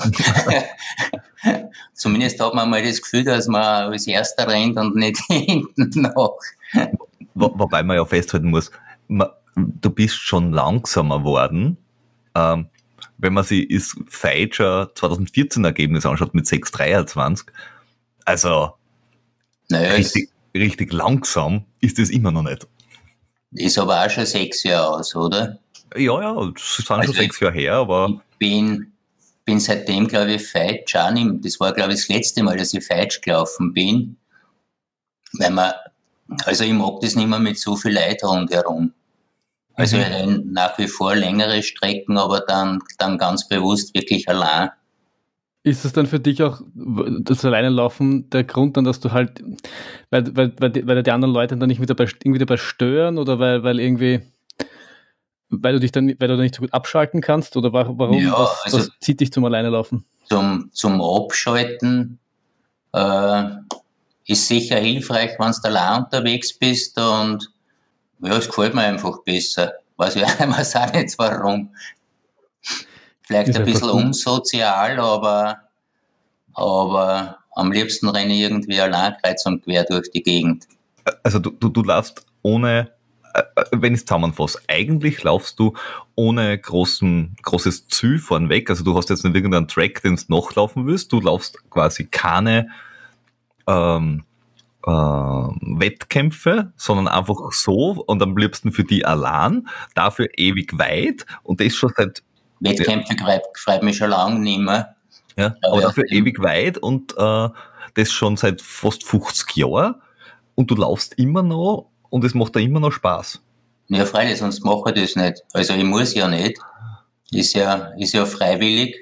Zumindest hat man mal das Gefühl, dass man als Erster rennt und nicht hinten nach. Wo, wobei man ja festhalten muss, man, du bist schon langsamer geworden. Ähm, wenn man sich das Feitscher zwanzig vierzehn Ergebnis anschaut mit sechs Komma dreiundzwanzig, also naja, richtig, richtig langsam ist das immer noch nicht. Ist aber auch schon sechs Jahre aus, oder? Ja, ja, das sind Also schon sechs Jahre her, aber... Ich bin, bin seitdem, glaube ich, Feitsch auch nicht, das war, glaube ich, das letzte Mal, dass ich Feitsch gelaufen bin, weil man, also ich mag das nicht mehr mit so viel Leuten rundherum. Also mhm. ich renne nach wie vor längere Strecken, aber dann, dann ganz bewusst wirklich allein. Ist das dann für dich auch, das Alleinelaufen, der Grund dann, dass du halt, weil, weil, weil, die, weil die anderen Leute dann nicht mit dabei, irgendwie dabei stören oder weil, weil irgendwie, weil du dich dann, weil du dann nicht so gut abschalten kannst oder warum, ja, was, also was zieht dich zum Alleinelaufen? Zum, zum Abschalten äh, ist sicher hilfreich, wenn du allein unterwegs bist und ja, es gefällt mir einfach besser. Weiß ich weiß auch nicht warum. Vielleicht ein bisschen unsozial, aber, aber am liebsten renne ich irgendwie allein kreuz und quer durch die Gegend. Also du, du, du laufst ohne, äh, wenn ich es zusammenfasse, eigentlich laufst du ohne großen, großes Ziel vornweg. Also du hast jetzt nicht irgendeinen Track, den du nachlaufen willst. Du laufst quasi keine ähm, äh, Wettkämpfe, sondern einfach so und am liebsten für die allein, dafür ewig weit und das schon seit... Wettkämpfe ja. freut mich schon lange nicht mehr. Ja, aber, aber dafür ja. ewig weit und äh, das schon seit fast fünfzig Jahren und du laufst immer noch und es macht dir immer noch Spaß. Ja, freilich, sonst mache ich das nicht. Also ich muss ja nicht. Ist ja, ist ja freiwillig.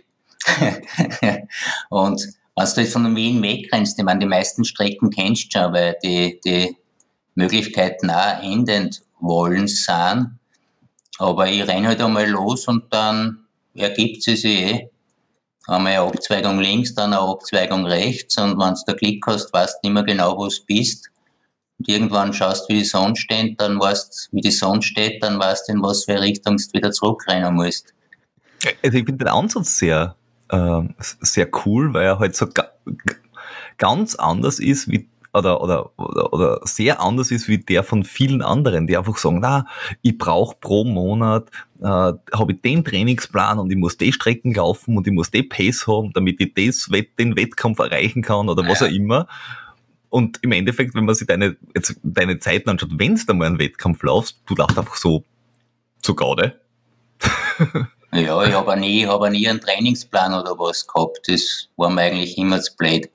Und wenn du halt von Wien wegrennst, ich meine, die meisten Strecken kennst du schon, weil die, die Möglichkeiten auch endend wollen sind. Aber ich renne halt einmal los und dann ergibt es sich eh. Einmal eine Abzweigung links, dann eine Abzweigung rechts und wenn du da Glück hast, weißt du nicht mehr genau, wo du bist. Und irgendwann schaust du, wie die Sonne steht, dann weißt wie die Sonne steht, dann weißt du, in was für Richtung du wieder zurückrennen musst. Also ich finde den Ansatz sehr, äh, sehr cool, weil er halt so ga, ganz anders ist wie Oder, oder, oder, oder sehr anders ist wie der von vielen anderen, die einfach sagen, na, ich brauche pro Monat, äh, habe ich den Trainingsplan und ich muss die Strecken laufen und ich muss die Pace haben, damit ich das, den Wettkampf erreichen kann oder was auch immer. Und im Endeffekt, wenn man sich deine, jetzt deine Zeiten anschaut, wenn du da mal einen Wettkampf laufst, du laufst einfach so zu Gaude. Ja, ich habe nie, hab nie einen Trainingsplan oder was gehabt. Das war mir eigentlich immer zu blöd.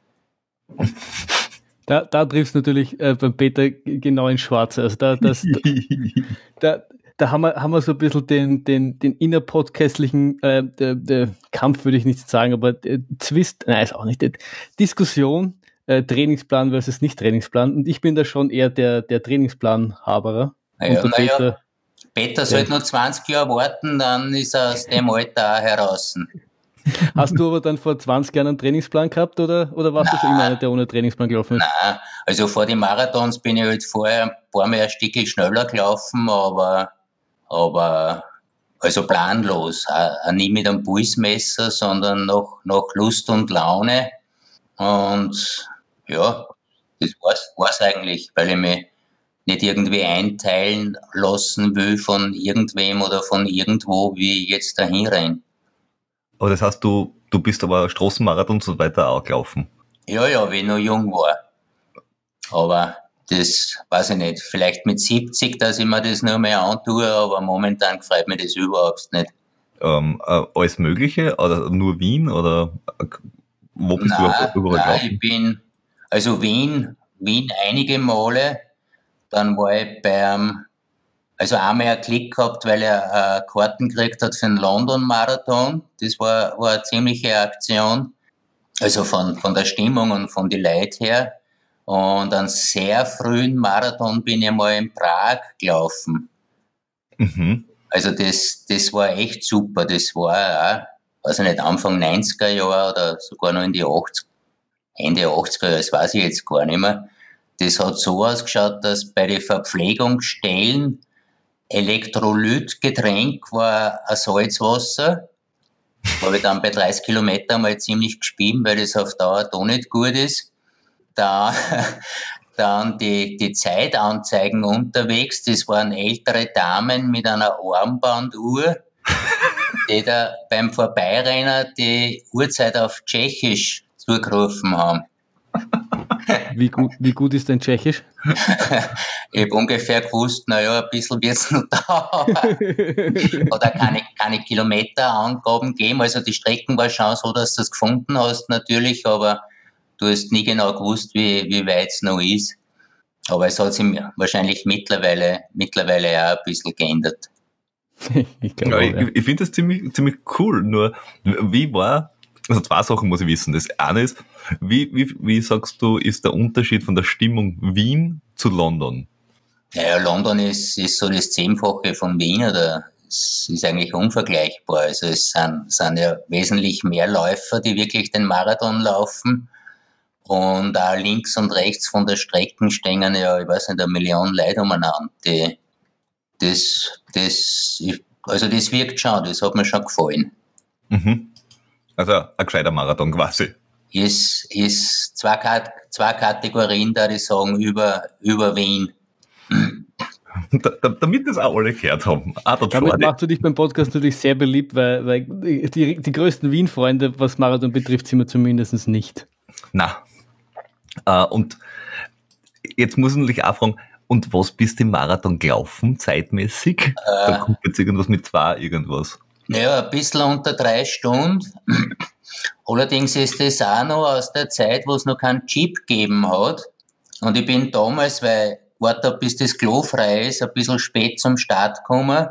Da, da triffst du natürlich äh, beim Peter genau ins Schwarze. Also da, das, da, da, da haben wir, haben wir so ein bisschen den, den, den innerpodcastlichen äh, der, der Kampf, würde ich nicht sagen, aber äh, Zwist, nein, ist auch nicht, äh, Diskussion, äh, Trainingsplan versus Nicht-Trainingsplan. Und ich bin da schon eher der, der Trainingsplanhaberer. Ja, und der Peter, ja, Peter sollte noch zwanzig Jahre warten, dann ist er aus dem Alter auch heraus. Hast du aber dann vor zwanzig Jahren einen Trainingsplan gehabt oder, oder warst Nein. du schon immer einer, der ohne Trainingsplan gelaufen ist? Nein, also vor den Marathons bin ich halt vorher ein paar Mal ein Stückchen schneller gelaufen, aber, aber also planlos, auch nicht mit einem Pulsmesser, sondern nach, nach Lust und Laune. Und ja, das war's, war's eigentlich, weil ich mich nicht irgendwie einteilen lassen will von irgendwem oder von irgendwo, wie ich jetzt dahin renne. Aber das heißt, du, du bist aber Straßenmarathon und so weiter auch gelaufen? Ja, ja, wie ich noch jung war. Aber das weiß ich nicht. Vielleicht mit siebzig, dass ich mir das nur mehr antue, aber momentan gefällt mir das überhaupt nicht. Ähm, äh, alles Mögliche oder nur Wien oder äh, wo bist nein, du überall nein, gelaufen? ich bin, also Wien, Wien einige Male, dann war ich beim, also einmal einen Klick gehabt, weil er äh, Karten gekriegt hat für den London-Marathon. Das war, war eine ziemliche Aktion, also von, von der Stimmung und von den Leuten her. Und einen sehr frühen Marathon bin ich mal in Prag gelaufen. Mhm. Also das, das war echt super. Das war auch, weiß ich nicht, Anfang neunziger Jahre oder sogar noch in die achtziger, Ende achtziger Jahre, das weiß ich jetzt gar nicht mehr. Das hat so ausgeschaut, dass bei den Verpflegungsstellen Elektrolytgetränk war ein Salzwasser. Habe ich dann bei dreißig Kilometern mal ziemlich gespielt, weil das auf Dauer da nicht gut ist. Da, dann die, die Zeitanzeigen unterwegs, das waren ältere Damen mit einer Armbanduhr, die da beim Vorbeirennen die Uhrzeit auf Tschechisch zugerufen haben. Wie gut, wie gut ist dein Tschechisch? Ich habe ungefähr gewusst, naja, ein bisschen wird es noch dauern. Oder keine, keine Kilometerangaben geben. Also die Strecken war schon so, dass du es gefunden hast natürlich, aber du hast nie genau gewusst, wie, wie weit es noch ist. Aber es hat sich wahrscheinlich mittlerweile, mittlerweile auch ein bisschen geändert. ich ja, ich, ja. ich finde das ziemlich, ziemlich cool. Nur, wie war, also zwei Sachen muss ich wissen. Das eine ist, wie, wie, wie sagst du, ist der Unterschied von der Stimmung Wien zu London? Naja, London ist, ist so das Zehnfache von Wien, oder es ist eigentlich unvergleichbar. Also es sind, sind ja wesentlich mehr Läufer, die wirklich den Marathon laufen. Und auch links und rechts von der Strecke stehen ja, ich weiß nicht, eine Million Leute umeinander. Die, das, das, also das wirkt schon, das hat mir schon gefallen. Mhm. Also ein gescheiter Marathon quasi. Ist, ist zwei, zwei Kategorien, da ich sagen, über, über Wien. Da, da, damit das auch alle gehört haben. Ah, damit machst du dich beim Podcast natürlich sehr beliebt, weil, weil die, die größten Wien-Freunde, was Marathon betrifft, sind wir zumindest nicht. Na. Uh, und jetzt muss ich natürlich auch fragen, und was bist du im Marathon gelaufen, zeitmäßig? Äh, da kommt jetzt irgendwas mit zwei, irgendwas. Ja, ein bisschen unter drei Stunden. Allerdings ist das auch noch aus der Zeit, wo es noch keinen Jeep gegeben hat. Und ich bin damals, weil ich warte, bis das Klo frei ist, ein bisschen spät zum Start gekommen.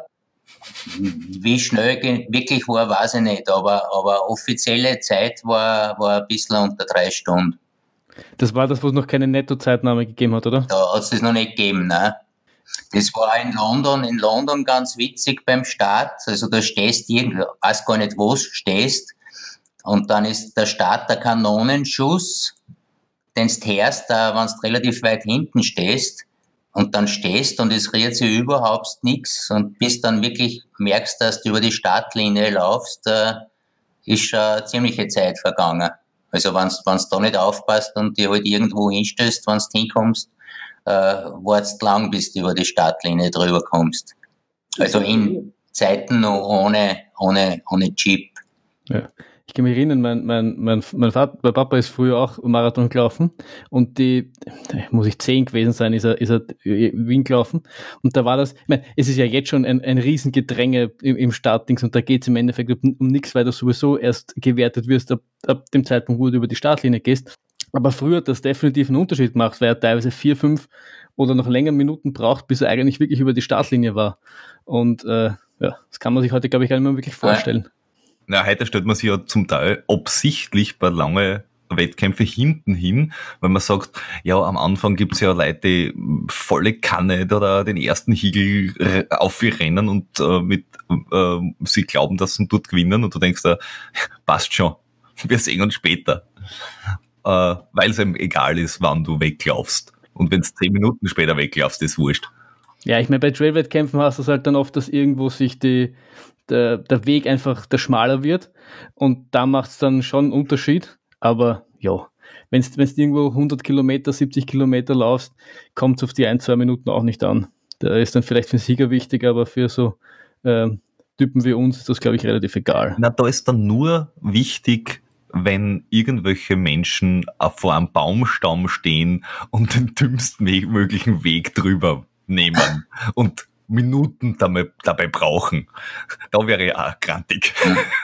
Wie schnell wirklich war, weiß ich nicht, aber, aber offizielle Zeit war, war ein bisschen unter drei Stunden. Das war das, wo es noch keine Nettozeitnahme gegeben hat, oder? Da hat es das noch nicht gegeben, ne? Das war in London, in London ganz witzig beim Start. Also da stehst du irgendwo, weiß gar nicht, wo du stehst. Und dann ist der Start der Kanonenschuss, den du hörst, wenn du relativ weit hinten stehst. Und dann stehst und es rührt sich überhaupt nichts. Und bis dann wirklich merkst, dass du über die Startlinie laufst, da ist schon eine ziemliche Zeit vergangen. Also wenn du da nicht aufpasst und dich halt irgendwo hinstößt, wenn du hinkommst, äh, wartest lang, bis du über die Startlinie drüber kommst. Also in Zeiten noch ohne, ohne, ohne Jeep. Ja. Ich kann mich erinnern, mein, mein, mein, mein, Vater, mein Papa ist früher auch Marathon gelaufen und die, muss ich zehn gewesen sein, ist er, ist er in Wien gelaufen und da war das, ich meine, es ist ja jetzt schon ein, ein Riesengedränge im, im Startdings und da geht es im Endeffekt um, um nichts, weil du sowieso erst gewertet wirst ab, ab dem Zeitpunkt, wo du über die Startlinie gehst. Aber früher hat das definitiv einen Unterschied gemacht, weil er teilweise vier, fünf oder noch länger Minuten braucht, bis er eigentlich wirklich über die Startlinie war. Und äh, ja, das kann man sich heute, glaube ich, gar nicht mehr wirklich vorstellen. Ja, heute stellt man sich ja zum Teil absichtlich bei langen Wettkämpfen hinten hin, weil man sagt, ja, am Anfang gibt's ja Leute, die volle Kanne oder den ersten Hügel aufrennen und äh, mit äh, sie glauben, dass sie dort gewinnen und du denkst, äh, passt schon, wir sehen uns später. Äh, weil es eben egal ist, wann du weglaufst. Und wenn es zehn Minuten später weglaufst, ist wurscht. Ja, ich meine, bei Trail-Wettkämpfen hast du es halt dann oft, dass irgendwo sich die Der, der Weg einfach der schmaler wird und da macht es dann schon einen Unterschied, aber ja, wenn du irgendwo hundert Kilometer, siebzig Kilometer laufst, kommt es auf die ein, zwei Minuten auch nicht an. Da ist dann vielleicht für den Sieger wichtig, aber für so äh, Typen wie uns ist das, glaube ich, relativ egal. Na, da ist dann nur wichtig, wenn irgendwelche Menschen vor einem Baumstamm stehen und den dümmsten möglichen Weg drüber nehmen und Minuten dabei, dabei brauchen. Da wäre ich auch grantig.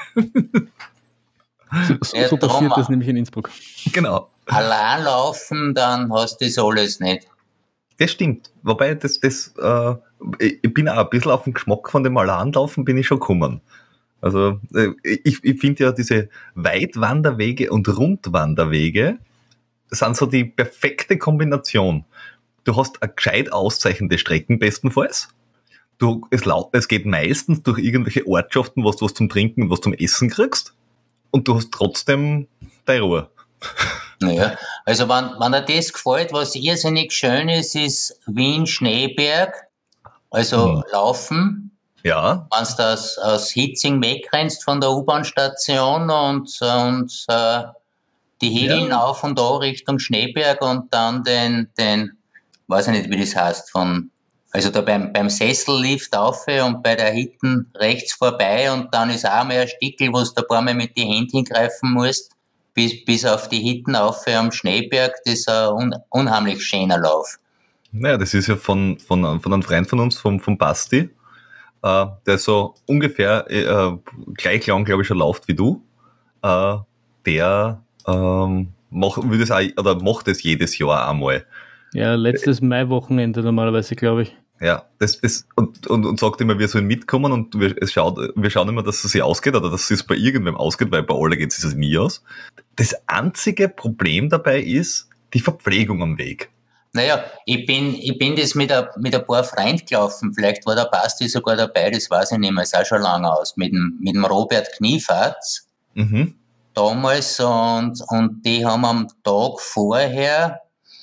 So, so, so passiert das nämlich in Innsbruck. Genau. Allein laufen, dann hast du das alles nicht. Das stimmt. Wobei, das, das, äh, ich bin auch ein bisschen auf den Geschmack von dem Alleinlaufen bin ich schon gekommen. Also, äh, ich, ich finde ja diese Weitwanderwege und Rundwanderwege sind so die perfekte Kombination. Du hast eine gescheit auszeichnende Strecken bestenfalls. Du, es, laut, es geht meistens durch irgendwelche Ortschaften, wo du was zum Trinken und was zum Essen kriegst. Und du hast trotzdem deine Ruhe. Naja, also wenn, wenn dir das gefällt, was irrsinnig schön ist, ist Wien-Schneeberg, also hm. Laufen. Ja. Wenn du aus, aus Hitzing wegrennst von der U-Bahn-Station und, und äh, die Hügel ja. auf und da Richtung Schneeberg und dann den, den, weiß ich nicht, wie das heißt, von, also da beim, beim Sessellift auf und bei der Hitten rechts vorbei und dann ist auch mal ein Stickel, wo du ein paar Mal mit den Händen hingreifen musst. Bis, bis auf die Hitten auf am Schneeberg, das ist ein un, unheimlich schöner Lauf. Naja, das ist ja von, von, von einem Freund von uns, vom, vom Basti, äh, der so ungefähr äh, gleich lang, glaube ich, schon läuft wie du. Äh, der ähm, macht, will das auch, oder macht das jedes Jahr einmal. Ja, letztes Maiwochenende normalerweise, glaube ich. Ja, das, das, und, und, und sagt immer, wir sollen mitkommen und wir, es schaut, wir schauen immer, dass es sich ausgeht oder dass es bei irgendwem ausgeht, weil bei allen geht es sich nie aus. Das einzige Problem dabei ist die Verpflegung am Weg. Naja, ich bin, ich bin das mit ein, mit ein paar Freunden gelaufen, vielleicht war der Basti sogar dabei, das weiß ich nicht mehr, ist auch schon lange aus, mit dem, mit dem Robert Kniefatz mhm. damals und, und die haben am Tag vorher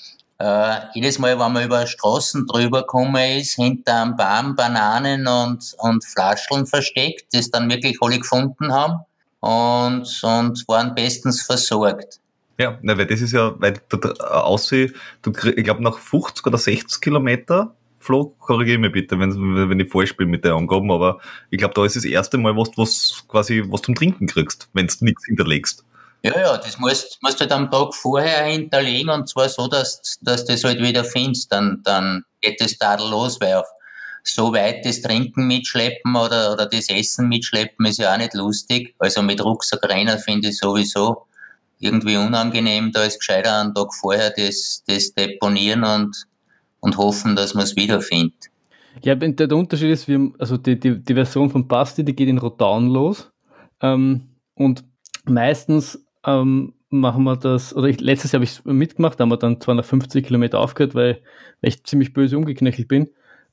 Äh, jedes Mal, wenn man über Straßen drüber gekommen ist, hinter einem Baum Bananen und, und Flascheln versteckt, das dann wirklich alle gefunden haben und, und waren bestens versorgt. Ja, na, weil das ist ja, weil du ausseh, du, ich glaube nach fünfzig oder sechzig Kilometer Flo, korrigiere mich bitte, wenn, wenn ich falsch bin mit der Angaben, aber ich glaube, da ist das erste Mal, was, was quasi was zum Trinken kriegst, wenn du nichts hinterlegst. Ja, ja, das musst, musst du halt am Tag vorher hinterlegen und zwar so, dass, dass du das halt wieder findest, dann, dann geht das tadellos, weil auf so weit das Trinken mitschleppen oder, oder das Essen mitschleppen ist ja auch nicht lustig. Also mit Rucksack rennen finde ich sowieso irgendwie unangenehm, da ist gescheiter einen Tag vorher das, das deponieren und, und hoffen, dass man es wiederfindet. Ja, der Unterschied ist, wir, also die, die, die Version von Basti, die geht in Rodaun los ähm, und meistens Ähm, machen wir das, oder ich, letztes Jahr habe ich es mitgemacht, da haben wir dann zweihundertfünfzig Kilometer aufgehört, weil, weil ich ziemlich böse umgeknöchelt bin,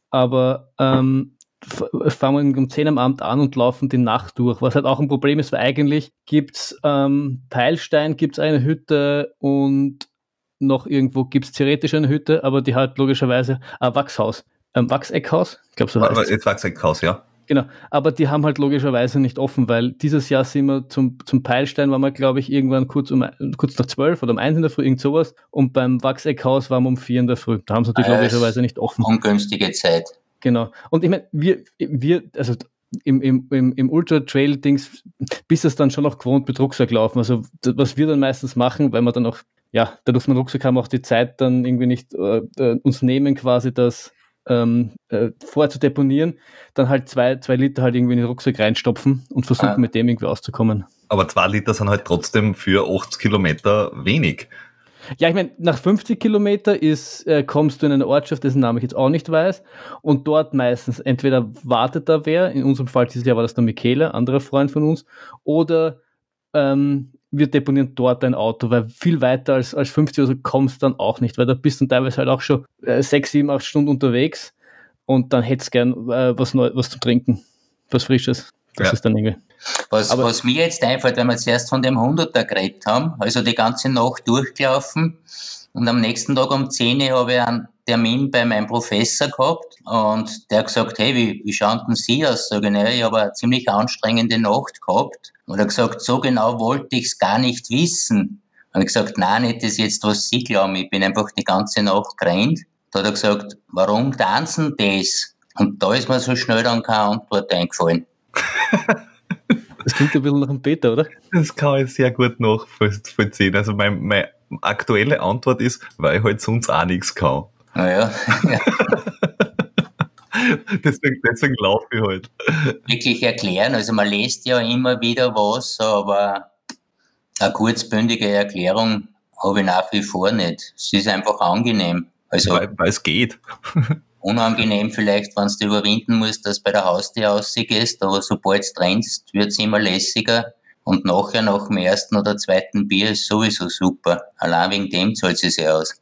aber ähm, f- fangen wir um zehn am Abend an und laufen die Nacht durch, was halt auch ein Problem ist, weil eigentlich gibt's ähm, Peilstein, gibt's eine Hütte und noch irgendwo gibt's theoretisch eine Hütte, aber die hat logischerweise ein Wachshaus, ein Wachseckhaus, ich glaube so heißt es. Wachseckhaus, ja. Genau, aber die haben halt logischerweise nicht offen, weil dieses Jahr sind wir zum, zum Peilstein, waren wir, glaube ich, irgendwann kurz um kurz nach zwölf oder um eins in der Früh, irgend sowas. Und beim Wachseckhaus waren wir um vier in der Früh. Da haben sie natürlich ah, logischerweise nicht offen. Ungünstige Zeit. Genau. Und ich meine, wir, wir, also im, im, im, im Ultra-Trail-Dings bist du es dann schon noch gewohnt mit Rucksack laufen. Also was wir dann meistens machen, weil wir dann auch, ja, dadurch, dass wir einen Rucksack haben, auch die Zeit dann irgendwie nicht äh, uns nehmen, quasi das Ähm, äh, vorzudeponieren, dann halt zwei, zwei Liter halt irgendwie in den Rucksack reinstopfen und versuchen ah. mit dem irgendwie auszukommen. Aber zwei Liter sind halt trotzdem für achtzig Kilometer wenig. Ja, ich meine, nach fünfzig Kilometer ist, äh, kommst du in eine Ortschaft, dessen Namen ich jetzt auch nicht weiß, und dort meistens entweder wartet da wer, in unserem Fall dieses Jahr war das der Michele, anderer Freund von uns, oder ähm, wir deponieren dort ein Auto, weil viel weiter als, als fünfzig oder so kommst du dann auch nicht, weil da bist du teilweise halt auch schon äh, sechs, sieben, acht Stunden unterwegs und dann hättest du gern äh, was, Neu- was zu trinken, was Frisches. Das ja. ist dann irgendwie. Was, Aber, was mir jetzt einfällt, wenn wir zuerst von dem hunderter geredet haben, also die ganze Nacht durchgelaufen und am nächsten Tag um zehn Uhr habe ich einen Termin bei meinem Professor gehabt und der hat gesagt, hey, wie, wie schauen denn Sie aus? Sag ich, naja, ich habe eine ziemlich anstrengende Nacht gehabt. Und er hat gesagt, so genau wollte ich es gar nicht wissen. Und ich gesagt, nein, nicht das jetzt, was Sie glauben, ich bin einfach die ganze Nacht gerannt. Da hat er gesagt, warum tanzen das? Und da ist mir so schnell dann keine Antwort eingefallen. Das klingt ein bisschen nach dem Peter, oder? Das kann ich sehr gut nachvollziehen. Also meine, meine aktuelle Antwort ist, weil ich halt sonst auch nichts kann. Naja. deswegen, deswegen laufe ich halt. Wirklich erklären, also man liest ja immer wieder was, aber eine kurzbündige Erklärung habe ich nach wie vor nicht. Es ist einfach angenehm. Also weil, weil es geht. Unangenehm vielleicht, wenn du überwinden musst, dass du bei der Haustür rausgehst, aber sobald du trennst, wird es immer lässiger. Und nachher, nach dem ersten oder zweiten Bier, ist sowieso super. Allein wegen dem zahlt es sich aus.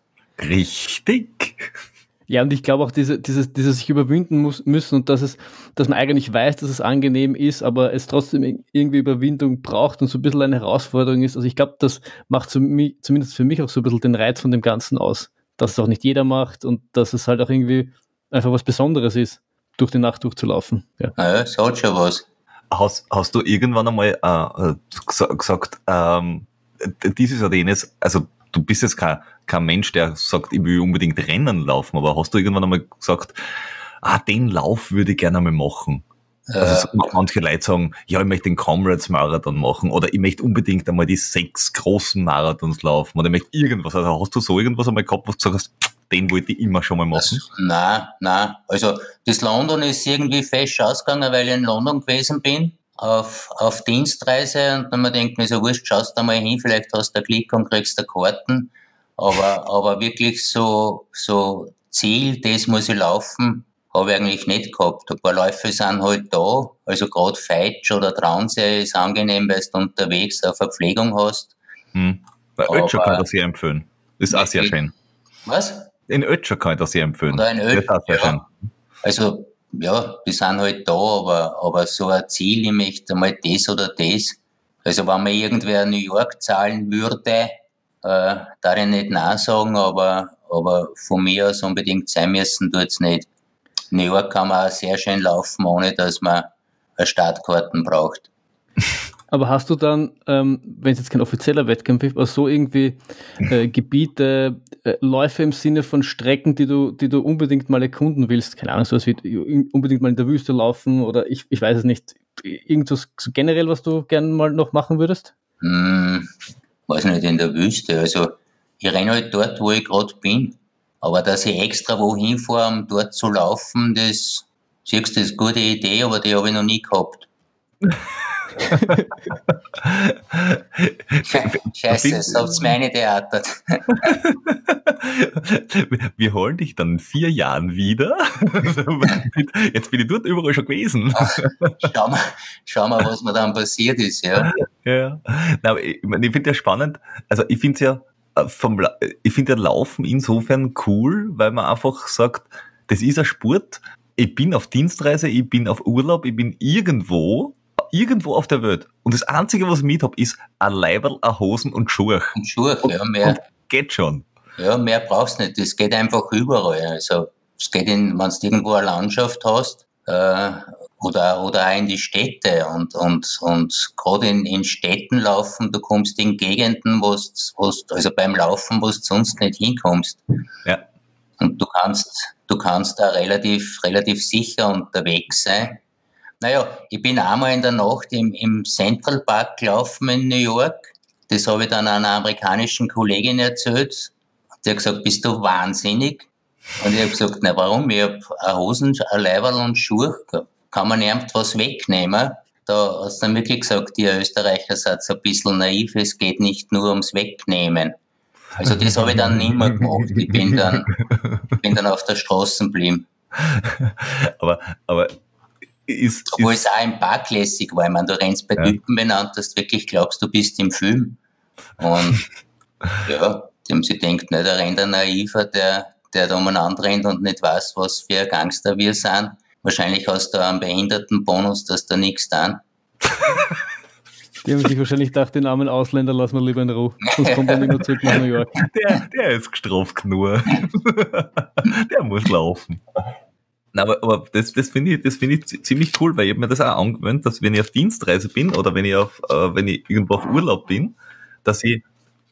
Richtig. Ja, und ich glaube auch, diese, dieses, dieses sich überwinden muss, müssen und dass es, dass man eigentlich weiß, dass es angenehm ist, aber es trotzdem irgendwie Überwindung braucht und so ein bisschen eine Herausforderung ist. Also ich glaube, das macht zumindest für mich auch so ein bisschen den Reiz von dem Ganzen aus. Dass es auch nicht jeder macht und dass es halt auch irgendwie einfach was Besonderes ist, durch die Nacht durchzulaufen. Ja, naja, es hat schon was. Hast, hast du irgendwann einmal äh, gesagt, ähm, dies ist oder jenes, also du bist jetzt kein, kein Mensch, der sagt, ich will unbedingt Rennen laufen, aber hast du irgendwann einmal gesagt, ah, den Lauf würde ich gerne einmal machen? Also äh, manche Leute sagen, ja, ich möchte den Comrades-Marathon machen oder ich möchte unbedingt einmal die sechs großen Marathons laufen oder ich möchte irgendwas. Also hast du so irgendwas einmal gehabt, was du gesagt hast, den wollte ich immer schon mal machen? Das, nein, nein. Also das London ist irgendwie fest ausgegangen, weil ich in London gewesen bin, auf, auf Dienstreise und dann man denkt mir so, wurscht, schaust da mal hin, vielleicht hast du Glück und kriegst da Karten. Aber, aber wirklich so, so Ziel, das muss ich laufen, habe ich eigentlich nicht gehabt. Ein paar Läufe sind halt da, also gerade Feitsch oder Traunsee ist angenehm, weil du unterwegs eine Verpflegung hast. Hm. Bei Ötscher kann ich das sehr empfehlen. Ist auch sehr schön. Was? In Ötscher kann ich das sehr empfehlen. Oder in Ötscher, auch sehr ja. schön. Also, ja, die sind halt da, aber, aber so ein Ziel, ich möchte mal das oder das. Also, wenn mir irgendwer New York zahlen würde, äh, darf ich nicht nein sagen, aber, aber von mir aus unbedingt sein müssen, tut's nicht. New York kann man auch sehr schön laufen, ohne dass man eine Startkarten braucht. Aber hast du dann, ähm, wenn es jetzt kein offizieller Wettkampf ist, aber so irgendwie äh, Gebiete, äh, Läufe im Sinne von Strecken, die du, die du unbedingt mal erkunden willst? Keine Ahnung, sowas wie unbedingt mal in der Wüste laufen oder ich, ich weiß es nicht. Irgendwas so generell, was du gerne mal noch machen würdest? Hm, weiß nicht, in der Wüste. Also ich renne halt dort, wo ich gerade bin. Aber dass ich extra wohin fahre, um dort zu laufen, das, siehst du, das ist eine gute Idee, aber die habe ich noch nie gehabt. Scheiße, das habt ihr mir eingetheatert. Wir holen dich dann in vier Jahren wieder. Jetzt bin ich dort überall schon gewesen. Schauen wir, schauen wir, was mir dann passiert ist, ja. Ja. Na, aber ich, ich finde ja spannend, also ich finde es ja vom, ich finde ja Laufen insofern cool, weil man einfach sagt, das ist ein Sport, ich bin auf Dienstreise, ich bin auf Urlaub, ich bin irgendwo, irgendwo auf der Welt. Und das Einzige, was ich mit habe, ist ein Leiberl, eine Hosen und Schuhe. Und Schuhe, und, ja, mehr. Und geht schon. Ja, mehr brauchst du nicht. Das geht einfach überall. Also, es geht in, wenn du irgendwo eine Landschaft hast, äh, oder, oder auch in die Städte. Und, und, und gerade in, in Städten laufen, du kommst in Gegenden, wo du, also beim Laufen, wo du sonst nicht hinkommst. Ja. Und du kannst, du kannst da relativ, relativ sicher unterwegs sein. Naja, ich bin einmal in der Nacht im, im Central Park gelaufen in New York. Das habe ich dann einer amerikanischen Kollegin erzählt. Die hat gesagt, bist du wahnsinnig? Und ich habe gesagt, na warum? Ich habe eine Hosen, ein Leiberl und Schuhe. Kann man irgendwas wegnehmen? Da hast du dann wirklich gesagt, ihr Österreicher seid ein bisschen naiv, es geht nicht nur ums Wegnehmen. Also das habe ich dann nicht mehr gemacht. Ich bin dann, bin dann auf der Straße geblieben. Aber, aber ist... Obwohl ist, es auch im Park lässig war. Ich meine, du rennst bei ja. Typen benannt, dass du wirklich glaubst, du bist im Film. Und ja, die haben sich gedacht, ne, da rennt ein Naiver, der, der da umeinander rennt und nicht weiß, was für ein Gangster wir sind. Wahrscheinlich hast du einen Behindertenbonus, dass da nichts tun. Die haben sich wahrscheinlich gedacht, den armen Ausländer lassen wir lieber in Ruhe. Sonst kommt er nicht mehr zurück nach New York. Der, der ist gestraft genug. Der muss laufen. Na, aber, aber das, das finde ich, das finde ich ziemlich cool, weil ich habe mir das auch angewöhnt, dass wenn ich auf Dienstreise bin oder wenn ich auf, äh, wenn ich irgendwo auf Urlaub bin, dass ich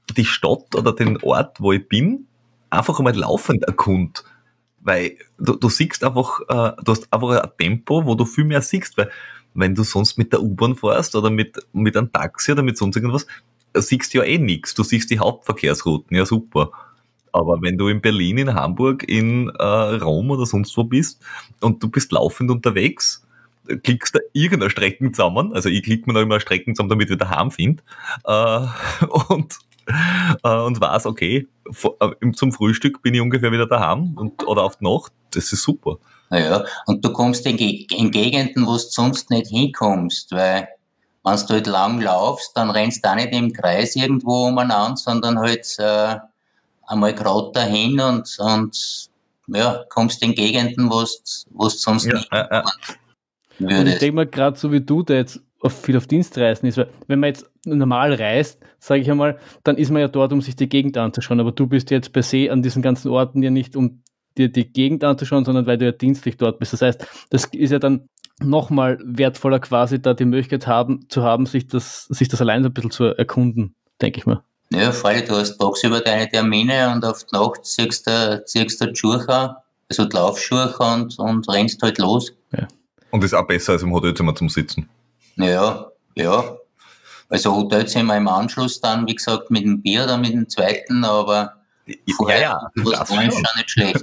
die Stadt oder den Ort, wo ich bin, einfach einmal laufend erkund. Weil du, du siehst einfach, äh, du hast einfach ein Tempo, wo du viel mehr siehst, weil wenn du sonst mit der U-Bahn fährst oder mit, mit einem Taxi oder mit sonst irgendwas, siehst du ja eh nichts. Du siehst die Hauptverkehrsrouten, ja super. Aber wenn du in Berlin, in Hamburg, in äh, Rom oder sonst wo bist und du bist laufend unterwegs, klickst du irgendeine Strecken zusammen, also ich klick mir noch immer Strecken zusammen, damit ich daheim finde, äh, und, äh, und weiß, okay, vor, äh, zum Frühstück bin ich ungefähr wieder daheim und, oder auf die Nacht, das ist super. Naja, und du kommst in, Ge- in Gegenden, wo du sonst nicht hinkommst, weil wenn du halt lang laufst, dann rennst du auch nicht im Kreis irgendwo umeinander, sondern halt äh, einmal gerade dahin und, und ja, kommst in Gegenden, wo du sonst Ja, nicht äh, äh. Und ich würdest. denke mal, gerade so wie du, der jetzt auf, viel auf Dienstreisen ist, weil wenn man jetzt normal reist, sage ich einmal, dann ist man ja dort, um sich die Gegend anzuschauen, aber du bist jetzt per se an diesen ganzen Orten ja nicht, um dir die Gegend anzuschauen, sondern weil du ja dienstlich dort bist. Das heißt, das ist ja dann nochmal wertvoller quasi, da die Möglichkeit haben, zu haben, sich das, sich das allein so ein bisschen zu erkunden, denke ich mal. Ja, freilich, du hast tagsüber deine Termine und auf die Nacht ziehst du, ziehst du die Schuhe an, also die Laufschuhe und, und rennst halt los. Ja. Und ist auch besser als im Hotelzimmer zum Sitzen. Ja, ja. Also Hotelzimmer im Anschluss dann, wie gesagt, mit dem Bier oder mit dem zweiten, aber vorher ja, ja, was das schon schon. nicht schlecht.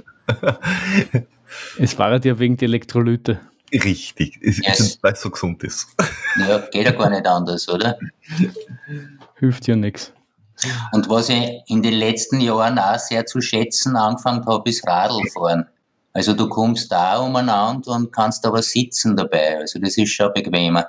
Es war ja wegen der Elektrolyte. Richtig, es, Yes. weil es so gesund ist. Ja, geht ja gar nicht anders, oder? Hilft ja nichts. Und was ich in den letzten Jahren auch sehr zu schätzen angefangen habe, ist Radlfahren. Also du kommst da umeinander und kannst aber sitzen dabei. Also das ist schon bequemer.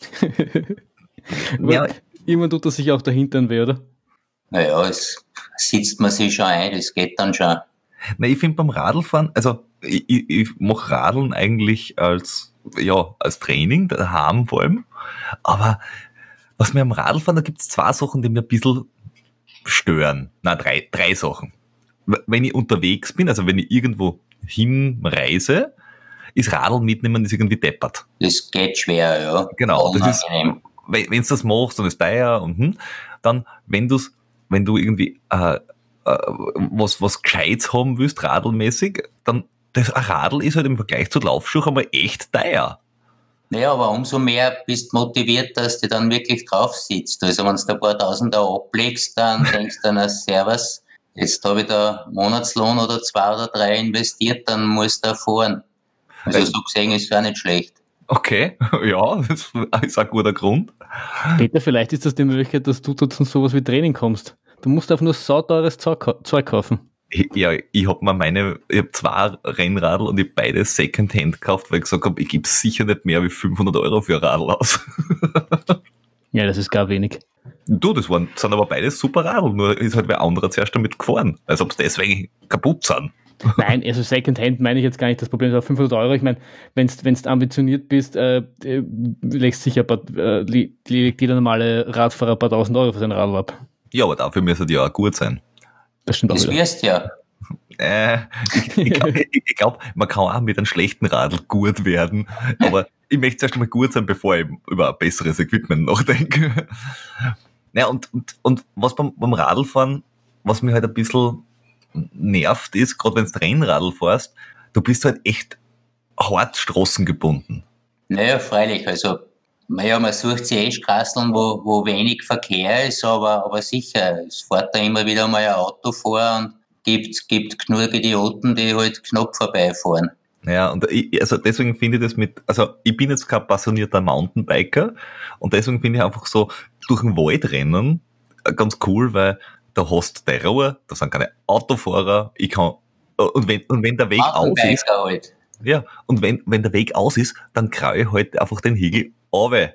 Ja, Irgendwann tut er sich auch dahinter weh, oder? Naja, es sitzt man sich schon ein, das geht dann schon. na, ich finde beim Radlfahren, also ich, ich, ich mache Radeln eigentlich als, ja, als Training, daheim vor allem, aber was mir am Radlfahren, da gibt es zwei Sachen, die mir ein bisschen stören. Na, drei, drei Sachen. Wenn ich unterwegs bin, also wenn ich irgendwo hinreise, ist Radl mitnehmen, ist irgendwie deppert. Das geht schwer, ja. Genau, das ist, Unangenehm. wenn du das machst und es teuer und hm, dann, wenn du's, wenn du irgendwie äh, äh, was, was Gescheites haben willst, radlmäßig, dann das ein Radl ist halt im Vergleich zu Laufschuhen einmal echt teuer. Naja, aber umso mehr bist motiviert, dass du dann wirklich drauf sitzt. Also wenn du da ein paar Tausender ablegst, dann denkst du dann, Servus, jetzt habe ich da Monatslohn oder zwei oder drei investiert, dann musst du da fahren. Also so gesehen ist es auch nicht schlecht. Okay, ja, das ist ein guter Grund. Peter, vielleicht ist das die Möglichkeit, dass du zu sowas wie Training kommst. Du musst einfach nur sauteures Zeug, Zeug kaufen. Ich, ja, ich hab mir meine, ich hab zwei Rennradl und ich beide Secondhand gekauft, weil ich gesagt habe, ich gebe sicher nicht mehr wie fünfhundert Euro für ein Radl aus. Ja, das ist gar wenig. Du, das waren, sind aber beides super Radl, nur ist halt wer anderer zuerst damit gefahren, als ob sie deswegen kaputt sind. Nein, also Secondhand meine ich jetzt gar nicht. Das Problem ist auch fünfhundert Euro. Ich meine, wenn du ambitioniert bist, äh, legst sicher ein paar, äh, legt jeder normale Radfahrer ein paar tausend Euro für sein Radl ab. Ja, aber dafür müsste die ja auch gut sein. Das stimmt auch Das wieder. wirst ja. Äh, ich ich glaube, ich glaub, man kann auch mit einem schlechten Radl gut werden, aber ich möchte zuerst einmal gut sein, bevor ich über ein besseres Equipment nachdenke. Ja, und, und, und was beim, beim Radlfahren, was mich halt ein bisschen nervt, ist, gerade wenn du Rennradl fährst, du bist halt echt hart straßengebunden. Naja, freilich, also naja, man sucht sich eh Straßen, wo, wo wenig Verkehr ist, aber, aber sicher, es fährt da immer wieder mal ein Auto vor und gibt, gibt genug Idioten, die halt knapp vorbeifahren. Ja, und ich, also deswegen finde ich das mit, also ich bin jetzt kein passionierter Mountainbiker und deswegen finde ich einfach so, durch den Wald rennen ganz cool, weil da hast du die Ruhe, da sind keine Autofahrer, ich kann, und wenn, und wenn der Weg aus ist, Mountainbiker halt. ja, und wenn, wenn der Weg aus ist, dann kraue ich halt einfach den Hegel runter.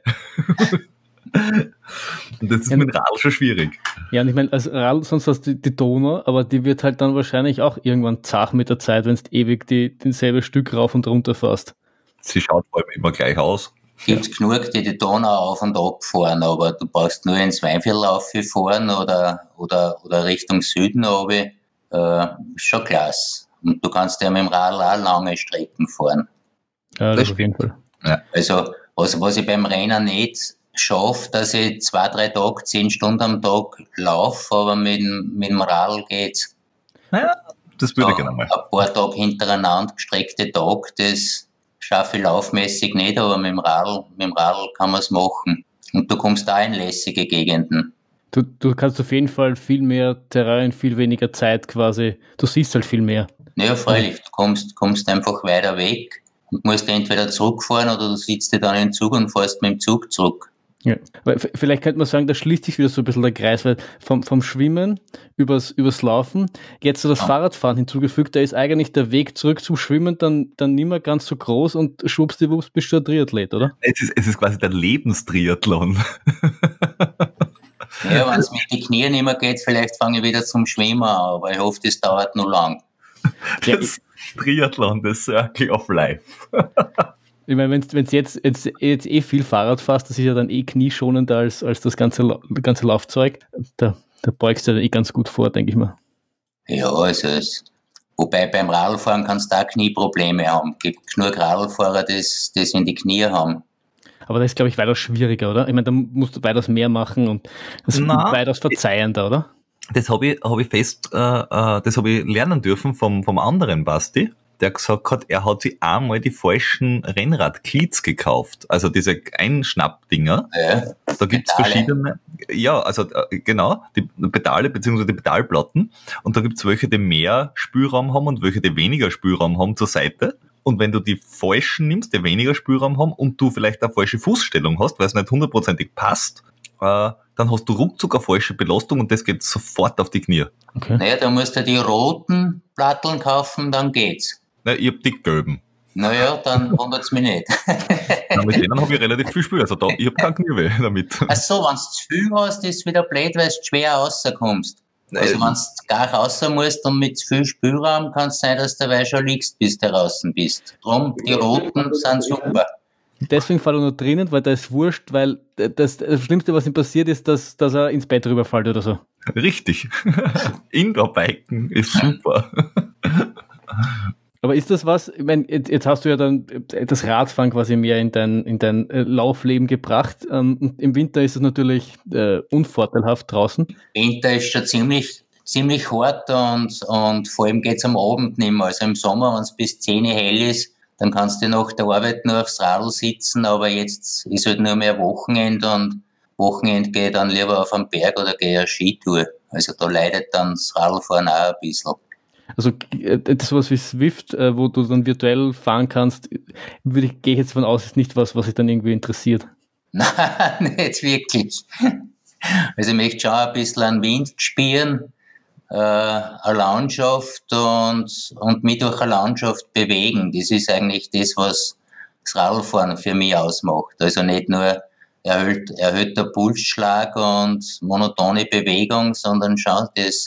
Und das ist Ja, mit dem Radl schon schwierig. Ja, und ich meine, als Radl, sonst hast du die Donau, aber die wird halt dann wahrscheinlich auch irgendwann zach mit der Zeit, wenn du ewig die, denselbe Stück rauf und runter fährst. Sie schaut vor allem immer gleich aus. Gibt's ja genug, die die Donau auf und ab fahren, aber du brauchst nur ins Weinviertel fahren oder, oder, oder Richtung Süden runter, äh, ist schon klasse. Und du kannst ja mit dem Radl auch lange Strecken fahren. Ja, das, Das auf jeden Fall. Also, was, was ich beim Rennen nicht schaffe, dass ich zwei, drei Tage, zehn Stunden am Tag laufe, aber mit, dem- mit dem Radl geht's. Naja, das würde ich Ja, gerne mal. ein paar Tage hintereinander gestreckte Tage, das schaffe ich laufmäßig nicht, aber mit dem Radl, mit dem Radl kann man es machen. Und du kommst da in lässige Gegenden. Du, du kannst auf jeden Fall viel mehr Terrain, viel weniger Zeit quasi. Du siehst halt viel mehr. Ja, freilich, du kommst, kommst einfach weiter weg und musst entweder zurückfahren oder du sitzt dir dann im Zug und fährst mit dem Zug zurück. Ja. Weil v- vielleicht könnte man sagen, da schließt sich wieder so ein bisschen der Kreis, weil vom, vom Schwimmen übers, übers Laufen, jetzt so das Ja. Fahrradfahren hinzugefügt, da ist eigentlich der Weg zurück zum Schwimmen dann, dann nicht mehr ganz so groß und schwuppsdiwupps bist du ein Triathlet, oder? Es ist, es ist quasi der Lebenstriathlon. Ja, wenn es mit den Knien nicht mehr geht, vielleicht fange ich wieder zum Schwimmen an, aber ich hoffe, das dauert noch lang. Ja, Das Triathlon, das Circle of Life. Ich meine, wenn du jetzt, jetzt, jetzt eh viel Fahrrad fährst, das ist ja dann eh knieschonender als, als das ganze, Lau- ganze Laufzeug. Da, da beugst du ja eh ganz gut vor, denke ich mal. Ja, also es, wobei beim Radlfahren kannst du auch Knieprobleme haben. Es gibt genug Radlfahrer, die das das in die Knie haben. Aber das ist, glaube ich, weitaus schwieriger, oder? Ich meine, da musst du weitaus mehr machen und das ist Na, weitaus verzeihender, oder? Das habe ich, hab ich fest, äh, äh, das habe ich lernen dürfen vom, vom anderen Basti, der gesagt hat, er hat sich einmal die falschen Rennrad-Cleats gekauft. Also diese Einschnappdinger. Ja, Da gibt's Pedale. verschiedene, ja, also äh, genau, die Pedale bzw. die Pedalplatten. Und da gibt's welche, die mehr Spielraum haben und welche, die weniger Spielraum haben zur Seite. Und wenn du die falschen nimmst, die weniger Spielraum haben und du vielleicht eine falsche Fußstellung hast, weil es nicht hundertprozentig passt, äh, dann hast du ruckzuck eine falsche Belastung und das geht sofort auf die Knie. Okay. naja, da musst du die roten Platteln kaufen, dann geht's. Na, ich hab die gelben. Naja, dann wundert's mich nicht. Na, mit denen habe ich relativ viel Spiel. Also da, ich hab kein Knieweh damit. Ach so, wenn du zu viel hast, ist wieder blöd, weil du schwer rauskommst. Also Äh, wenn du gar raus musst und mit zu viel Spielraum, kann es sein, dass du dabei schon liegst, bis du draußen bist. Drum, die roten sind super. Deswegen fällt er nur drinnen, weil da ist wurscht, weil das, das Schlimmste, was ihm passiert, ist, dass, dass er ins Bett rüberfällt oder so. Richtig. Indoor-Biken ist super. Aber ist das was, ich meine, jetzt, jetzt hast du ja dann das Radfahren quasi mehr in dein, in dein äh, Laufleben gebracht. Ähm, und im Winter ist es natürlich äh, unvorteilhaft draußen. Winter ist schon ziemlich, ziemlich hart und, und vor allem geht's am Abend nicht mehr. Also im Sommer, wenn es bis zehn Uhr hell ist, dann kannst du nach der Arbeit nur aufs Radl sitzen, aber jetzt ist halt nur mehr Wochenende und Wochenende gehe ich dann lieber auf einen Berg oder gehe eine Skitour. Also da leidet dann das Radlfahren auch ein bisschen. Also äh, das sowas wie Swift, äh, wo du dann virtuell fahren kannst, würde ich, gehe ich jetzt davon aus, ist nicht was, was sich dann irgendwie interessiert. Nein, nicht wirklich. Also ich möchte schon ein bisschen an Wind spüren, äh, eine Landschaft und, und mich durch eine Landschaft bewegen. Das ist eigentlich das, was das Radlfahren für mich ausmacht. Also nicht nur erhöht, erhöhter Pulsschlag und monotone Bewegung, sondern schon das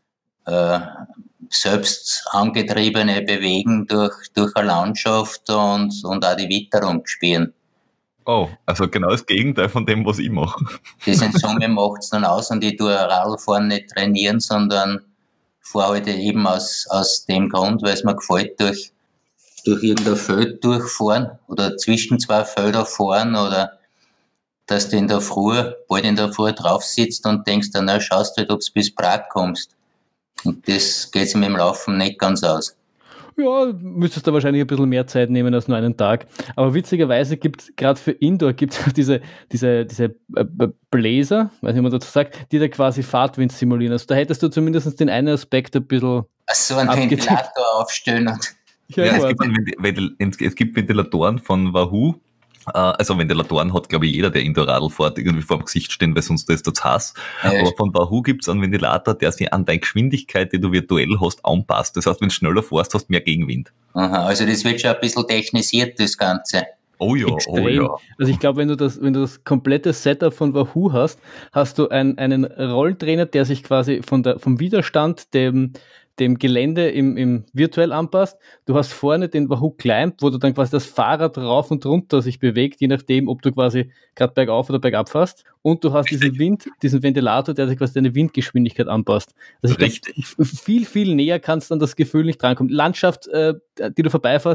äh, selbst angetriebene Bewegen durch, durch eine Landschaft und, und auch die Witterung spüren. Oh, also genau das Gegenteil von dem, was ich mache. Das in Summe macht es dann aus und ich tue Radlfahren nicht trainieren, sondern fahre halt eben aus, aus dem Grund, weil es mir gefällt, durch, durch irgendein Feld durchfahren oder zwischen zwei Felder fahren oder dass du in der Früh, bald in der Früh drauf sitzt und denkst dann, na, schaust halt, ob du bis Prag kommst. Und das geht sich mit dem Laufen nicht ganz aus. Ja, müsstest du wahrscheinlich ein bisschen mehr Zeit nehmen als nur einen Tag. Aber witzigerweise gibt es gerade für Indoor gibt's diese, diese, diese äh, Bläser, weiß nicht, wie man dazu sagt, die da quasi Fahrtwind simulieren. Also da hättest du zumindest den einen Aspekt ein bisschen. So einen Abgedeckt. Ventilator aufstellen und Ja, es, aber- gibt einen Ventil- Ventil- es gibt Ventilatoren von Wahoo. Äh, Also Ventilatoren hat, glaube ich, jeder, der Indoor-Radl fährt, irgendwie vor dem Gesicht stehen, weil sonst ist das Hass. Ja, Aber von Wahoo gibt es einen Ventilator, der sich an deine Geschwindigkeit, die du virtuell hast, anpasst. Das heißt, wenn du schneller fährst, hast du mehr Gegenwind. aha, also das wird schon ein bisschen technisiert, das Ganze. Oh ja, Extrem. oh ja. Also ich glaube, wenn du das, wenn du das komplette Setup von Wahoo hast, hast du ein, einen Rollentrainer, der sich quasi von der, vom Widerstand dem, dem Gelände im, im virtuell anpasst. Du hast vorne den Wahoo Climb, wo du dann quasi das Fahrrad rauf und runter sich bewegt, je nachdem, ob du quasi gerade bergauf oder bergab fährst. Und du hast diesen Wind, diesen Ventilator, der sich quasi deine Windgeschwindigkeit anpasst. Also ich Richtig. glaub, viel, viel näher kannst du an das Gefühl nicht drankommen. Landschaft, äh, die du vorbeifährst,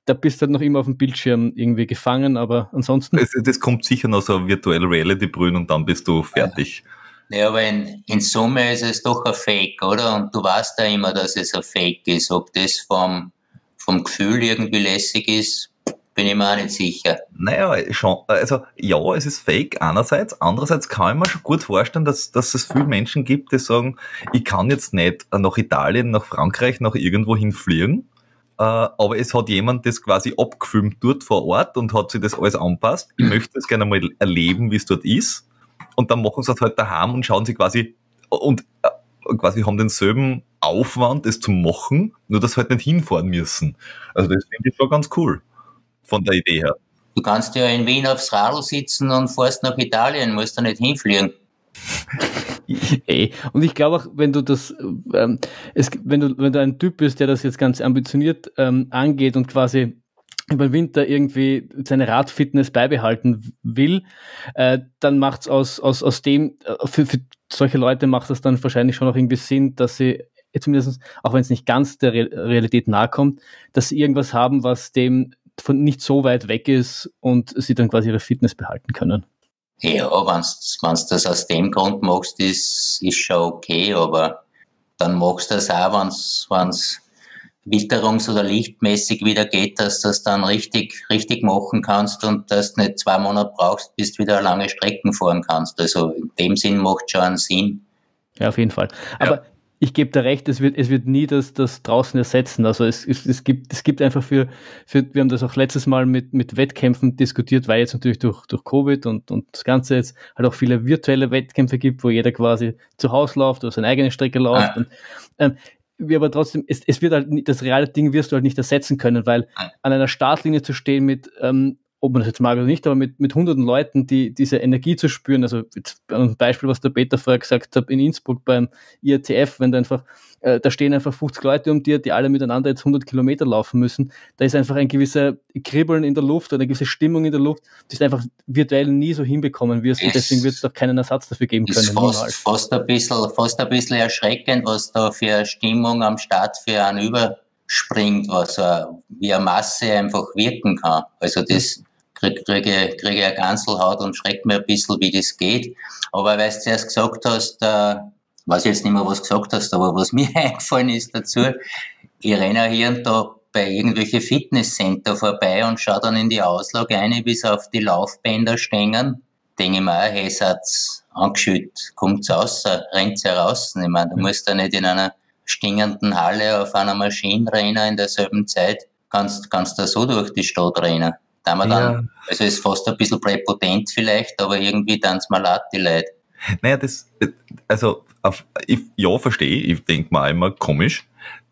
da bist du halt noch immer auf dem Bildschirm irgendwie gefangen, aber ansonsten... Das, das kommt sicher noch so virtuelle Reality-Brühen und dann bist du fertig. Ja, aber in, in Summe ist es doch ein Fake, oder? Und du weißt ja immer, dass es ein Fake ist. Ob das vom, vom Gefühl irgendwie lässig ist, bin ich mir auch nicht sicher. Naja, schon, also ja, es ist fake einerseits, andererseits kann ich mir schon gut vorstellen, dass, dass es viele Menschen gibt, die sagen, ich kann jetzt nicht nach Italien, nach Frankreich, nach irgendwo hinfliegen, äh, aber es hat jemand das quasi abgefilmt dort vor Ort und hat sich das alles anpasst. Ich möchte das gerne mal erleben, wie es dort ist, und dann machen sie es halt daheim und schauen sie quasi und äh, quasi haben denselben Aufwand, das zu machen, nur dass sie halt nicht hinfahren müssen. Also das finde ich schon ganz cool. Von der Idee her. Du kannst ja in Wien aufs Radl sitzen und fährst nach Italien, musst da nicht hinfliegen. Ey. Und ich glaube auch, wenn du das, ähm, es, wenn du, wenn du ein Typ bist, der das jetzt ganz ambitioniert ähm, angeht und quasi über den Winter irgendwie seine Radfitness beibehalten will, äh, dann macht's aus, aus, aus dem, äh, für, für solche Leute macht es dann wahrscheinlich schon auch irgendwie Sinn, dass sie zumindest, auch wenn es nicht ganz der Re- Realität nahe kommt, dass sie irgendwas haben, was dem von nicht so weit weg ist und sie dann quasi ihre Fitness behalten können. Ja, wenn du das aus dem Grund machst, ist, ist schon okay, aber dann machst du das auch, wenn es witterungs- oder lichtmäßig wieder geht, dass du das dann richtig, richtig machen kannst und dass du nicht zwei Monate brauchst, bis du wieder lange Strecken fahren kannst. Also in dem Sinn macht es schon einen Sinn. Ja, auf jeden Fall. Aber ja. Ich gebe dir recht, es wird, es wird nie das, das draußen ersetzen. Also es, es, es gibt, es gibt einfach für, für, wir haben das auch letztes Mal mit, mit Wettkämpfen diskutiert, weil jetzt natürlich durch, durch Covid und, und das Ganze jetzt halt auch viele virtuelle Wettkämpfe gibt, wo jeder quasi zu Hause läuft oder seine eigene Strecke läuft. Ah. Und, ähm, wir aber trotzdem, es, es wird halt, das reale Ding wirst du halt nicht ersetzen können, weil an einer Startlinie zu stehen mit, ähm, ob man das jetzt mag oder nicht, aber mit, mit hunderten Leuten, die diese Energie zu spüren, also jetzt ein Beispiel, was der Peter vorher gesagt hat, in Innsbruck beim I A T F, wenn du einfach, äh, da stehen einfach fünfzig Leute um dir, die alle miteinander jetzt hundert Kilometer laufen müssen, da ist einfach ein gewisser Kribbeln in der Luft oder eine gewisse Stimmung in der Luft, die du einfach virtuell nie so hinbekommen wirst, und deswegen wird es doch keinen Ersatz dafür geben können. Ist fast, fast, ein bisschen, fast ein bisschen erschreckend, was da für eine Stimmung am Start für einen überspringt, was uh, wie eine Masse einfach wirken kann. Also das kriege krieg, krieg ich eine Ganselhaut und schreckt mir ein bisschen, wie das geht. Aber weil du zuerst gesagt hast, äh, weiß jetzt nicht mehr, was du gesagt hast, aber was mir eingefallen ist dazu, ich renne hier und da bei irgendwelchen Fitnesscenter vorbei und schaue dann in die Auslage rein, bis auf die Laufbänder stehen. Denke ich mir auch, hey, seid's angeschüttet, kommt's raus, rennt's heraus. Ich meine, du musst da nicht in einer stinkenden Halle auf einer Maschine rennen in derselben Zeit, kannst, kannst da so durch die Stadt rennen. Da man dann, ja. Also ist fast ein bisschen präpotent vielleicht, aber irgendwie tanzt mal leid, die Leute. Naja, das, also, auf, ich, ja, verstehe, ich denke mir immer komisch.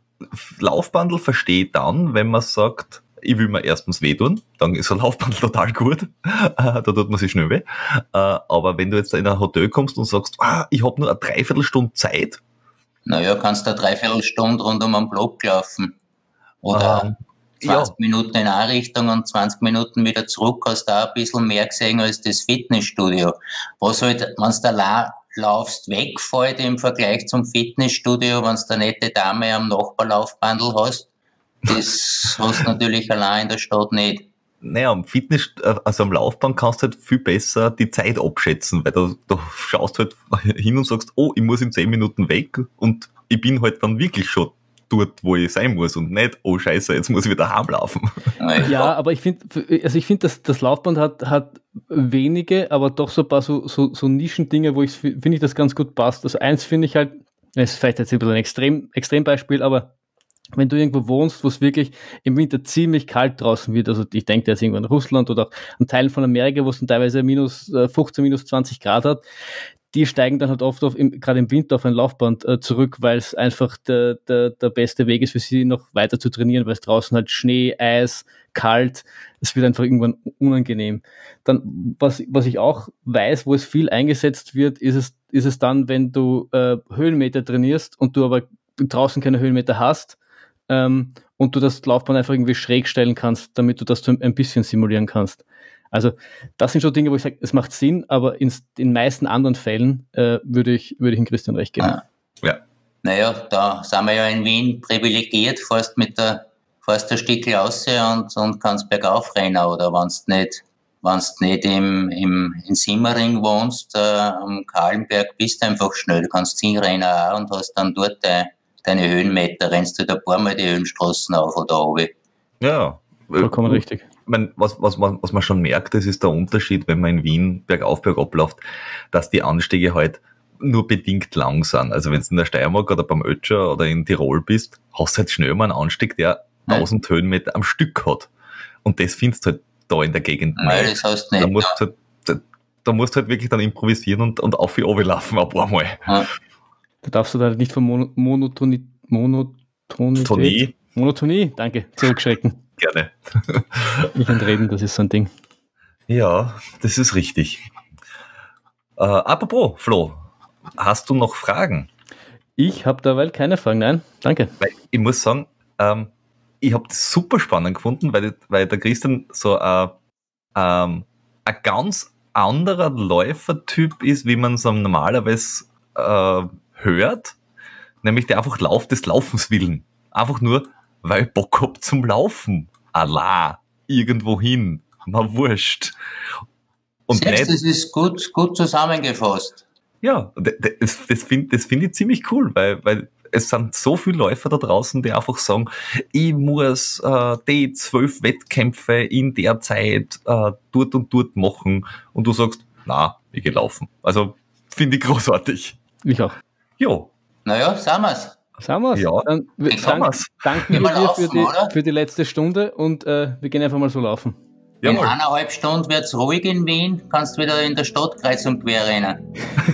Laufbandel verstehe ich dann, wenn man sagt, ich will mir erstens wehtun, dann ist ein Laufbandel total gut, da tut man sich schnell weh. Aber wenn du jetzt in ein Hotel kommst und sagst, ah, ich habe nur eine Dreiviertelstunde Zeit. Naja, kannst du eine Dreiviertelstunde rund um den Block laufen. Oder ähm, zwanzig ja. Minuten in eine Richtung und zwanzig Minuten wieder zurück, hast du auch ein bisschen mehr gesehen als das Fitnessstudio. Was halt, wenn du da la- laufst, wegfällt im Vergleich zum Fitnessstudio, wenn du eine nette Dame am Nachbarlaufbandel hast, das hast du natürlich allein in der Stadt nicht. Naja, am Fitness, also am Laufband kannst du halt viel besser die Zeit abschätzen, weil du, du schaust halt hin und sagst, oh, ich muss in zehn Minuten weg und ich bin halt dann wirklich schon dort, wo ich sein muss und nicht, oh Scheiße, jetzt muss ich wieder heimlaufen. Ja, aber ich finde, also ich finde, dass das Laufband hat, hat wenige, aber doch so ein paar so, so, so Nischendinge, wo ich finde, ich das ganz gut passt. Also eins finde ich halt, das ist vielleicht jetzt ein bisschen ein Extrem, Extrembeispiel, aber wenn du irgendwo wohnst, wo es wirklich im Winter ziemlich kalt draußen wird, also ich denke jetzt irgendwo in Russland oder auch an Teilen von Amerika, wo es dann teilweise minus fünfzehn, minus zwanzig Grad hat, die steigen dann halt oft auf, im, gerade im Winter auf ein Laufband äh, zurück, weil es einfach der, der, der beste Weg ist für sie, noch weiter zu trainieren, weil es draußen halt Schnee, Eis, kalt, es wird einfach irgendwann unangenehm. Dann, was, was ich auch weiß, wo es viel eingesetzt wird, ist es, ist es dann, wenn du äh, Höhenmeter trainierst und du aber draußen keine Höhenmeter hast, ähm, und du das Laufband einfach irgendwie schräg stellen kannst, damit du das ein bisschen simulieren kannst. Also das sind schon Dinge, wo ich sage, es macht Sinn, aber in den meisten anderen Fällen äh, würde ich würde ich in Christian recht geben. Ja. ja. Naja, da sind wir ja in Wien privilegiert, fast mit der fährst ein Stückchen raus und, und kannst bergauf rennen. Oder wenn du nicht, wenn's nicht im, im, in Simmering wohnst, äh, am Kahlenberg, bist du einfach schnell. Du kannst hinrennen auch und hast dann dort de, deine Höhenmeter, rennst du da ein paar Mal die Höhenstraßen auf oder runter. Ja. Vollkommen richtig. Ich meine, was, was, man, was man schon merkt, das ist der Unterschied, wenn man in Wien bergauf, bergab läuft, dass die Anstiege halt nur bedingt lang sind. Also wenn du in der Steiermark oder beim Ötscher oder in Tirol bist, hast du halt schnell mal einen Anstieg, der tausend Höhenmeter am Stück hat. Und das findest du halt da in der Gegend Nein, das hast du nicht. Da musst du halt, da musst du halt wirklich dann improvisieren und, und auf wie runterlaufen ein paar Mal. Ja. Da darfst du da nicht von Mon- Monotonie, Monotonität, Tonie. Monotonie, danke, zurückschrecken. Gerne. Nicht entreden, das ist so ein Ding. Ja, das ist richtig. Äh, apropos, Flo, hast du noch Fragen? Ich habe derweil keine Fragen, nein, danke. Weil ich muss sagen, ähm, ich habe das super spannend gefunden, weil, weil der Christian so ein, ähm, ein ganz anderer Läufertyp ist, wie man es normalerweise äh, hört, nämlich der einfach Lauf des Laufens willen. Einfach nur, weil ich Bock hab zum Laufen. Allah, irgendwo hin, mal wurscht. Und Selbst, nicht, das ist gut, gut zusammengefasst. ja, das, das finde das find ich ziemlich cool, weil, weil es sind so viele Läufer da draußen, die einfach sagen, ich muss äh, die zwölf Wettkämpfe in der Zeit äh, dort und dort machen und du sagst, na, ich geh laufen. Also finde ich großartig. Ich auch. Jo. Naja, sagen wir's. Sagen wir's. Ja, Dann w- sagen dank, wir's. danken Gehen wir wir dir laufen, für die, oder? für die letzte Stunde und äh, wir gehen einfach mal so laufen. In Jawohl. eineinhalb Stunden wird's ruhig in Wien, kannst wieder in der Stadt kreuz und quer rennen.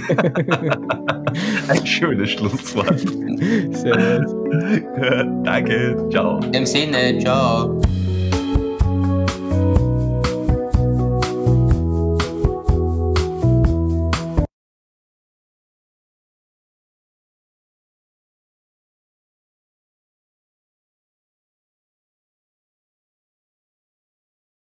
Ein schönes Schlusswort. Servus. Danke, ciao. In dem Sinne, ciao.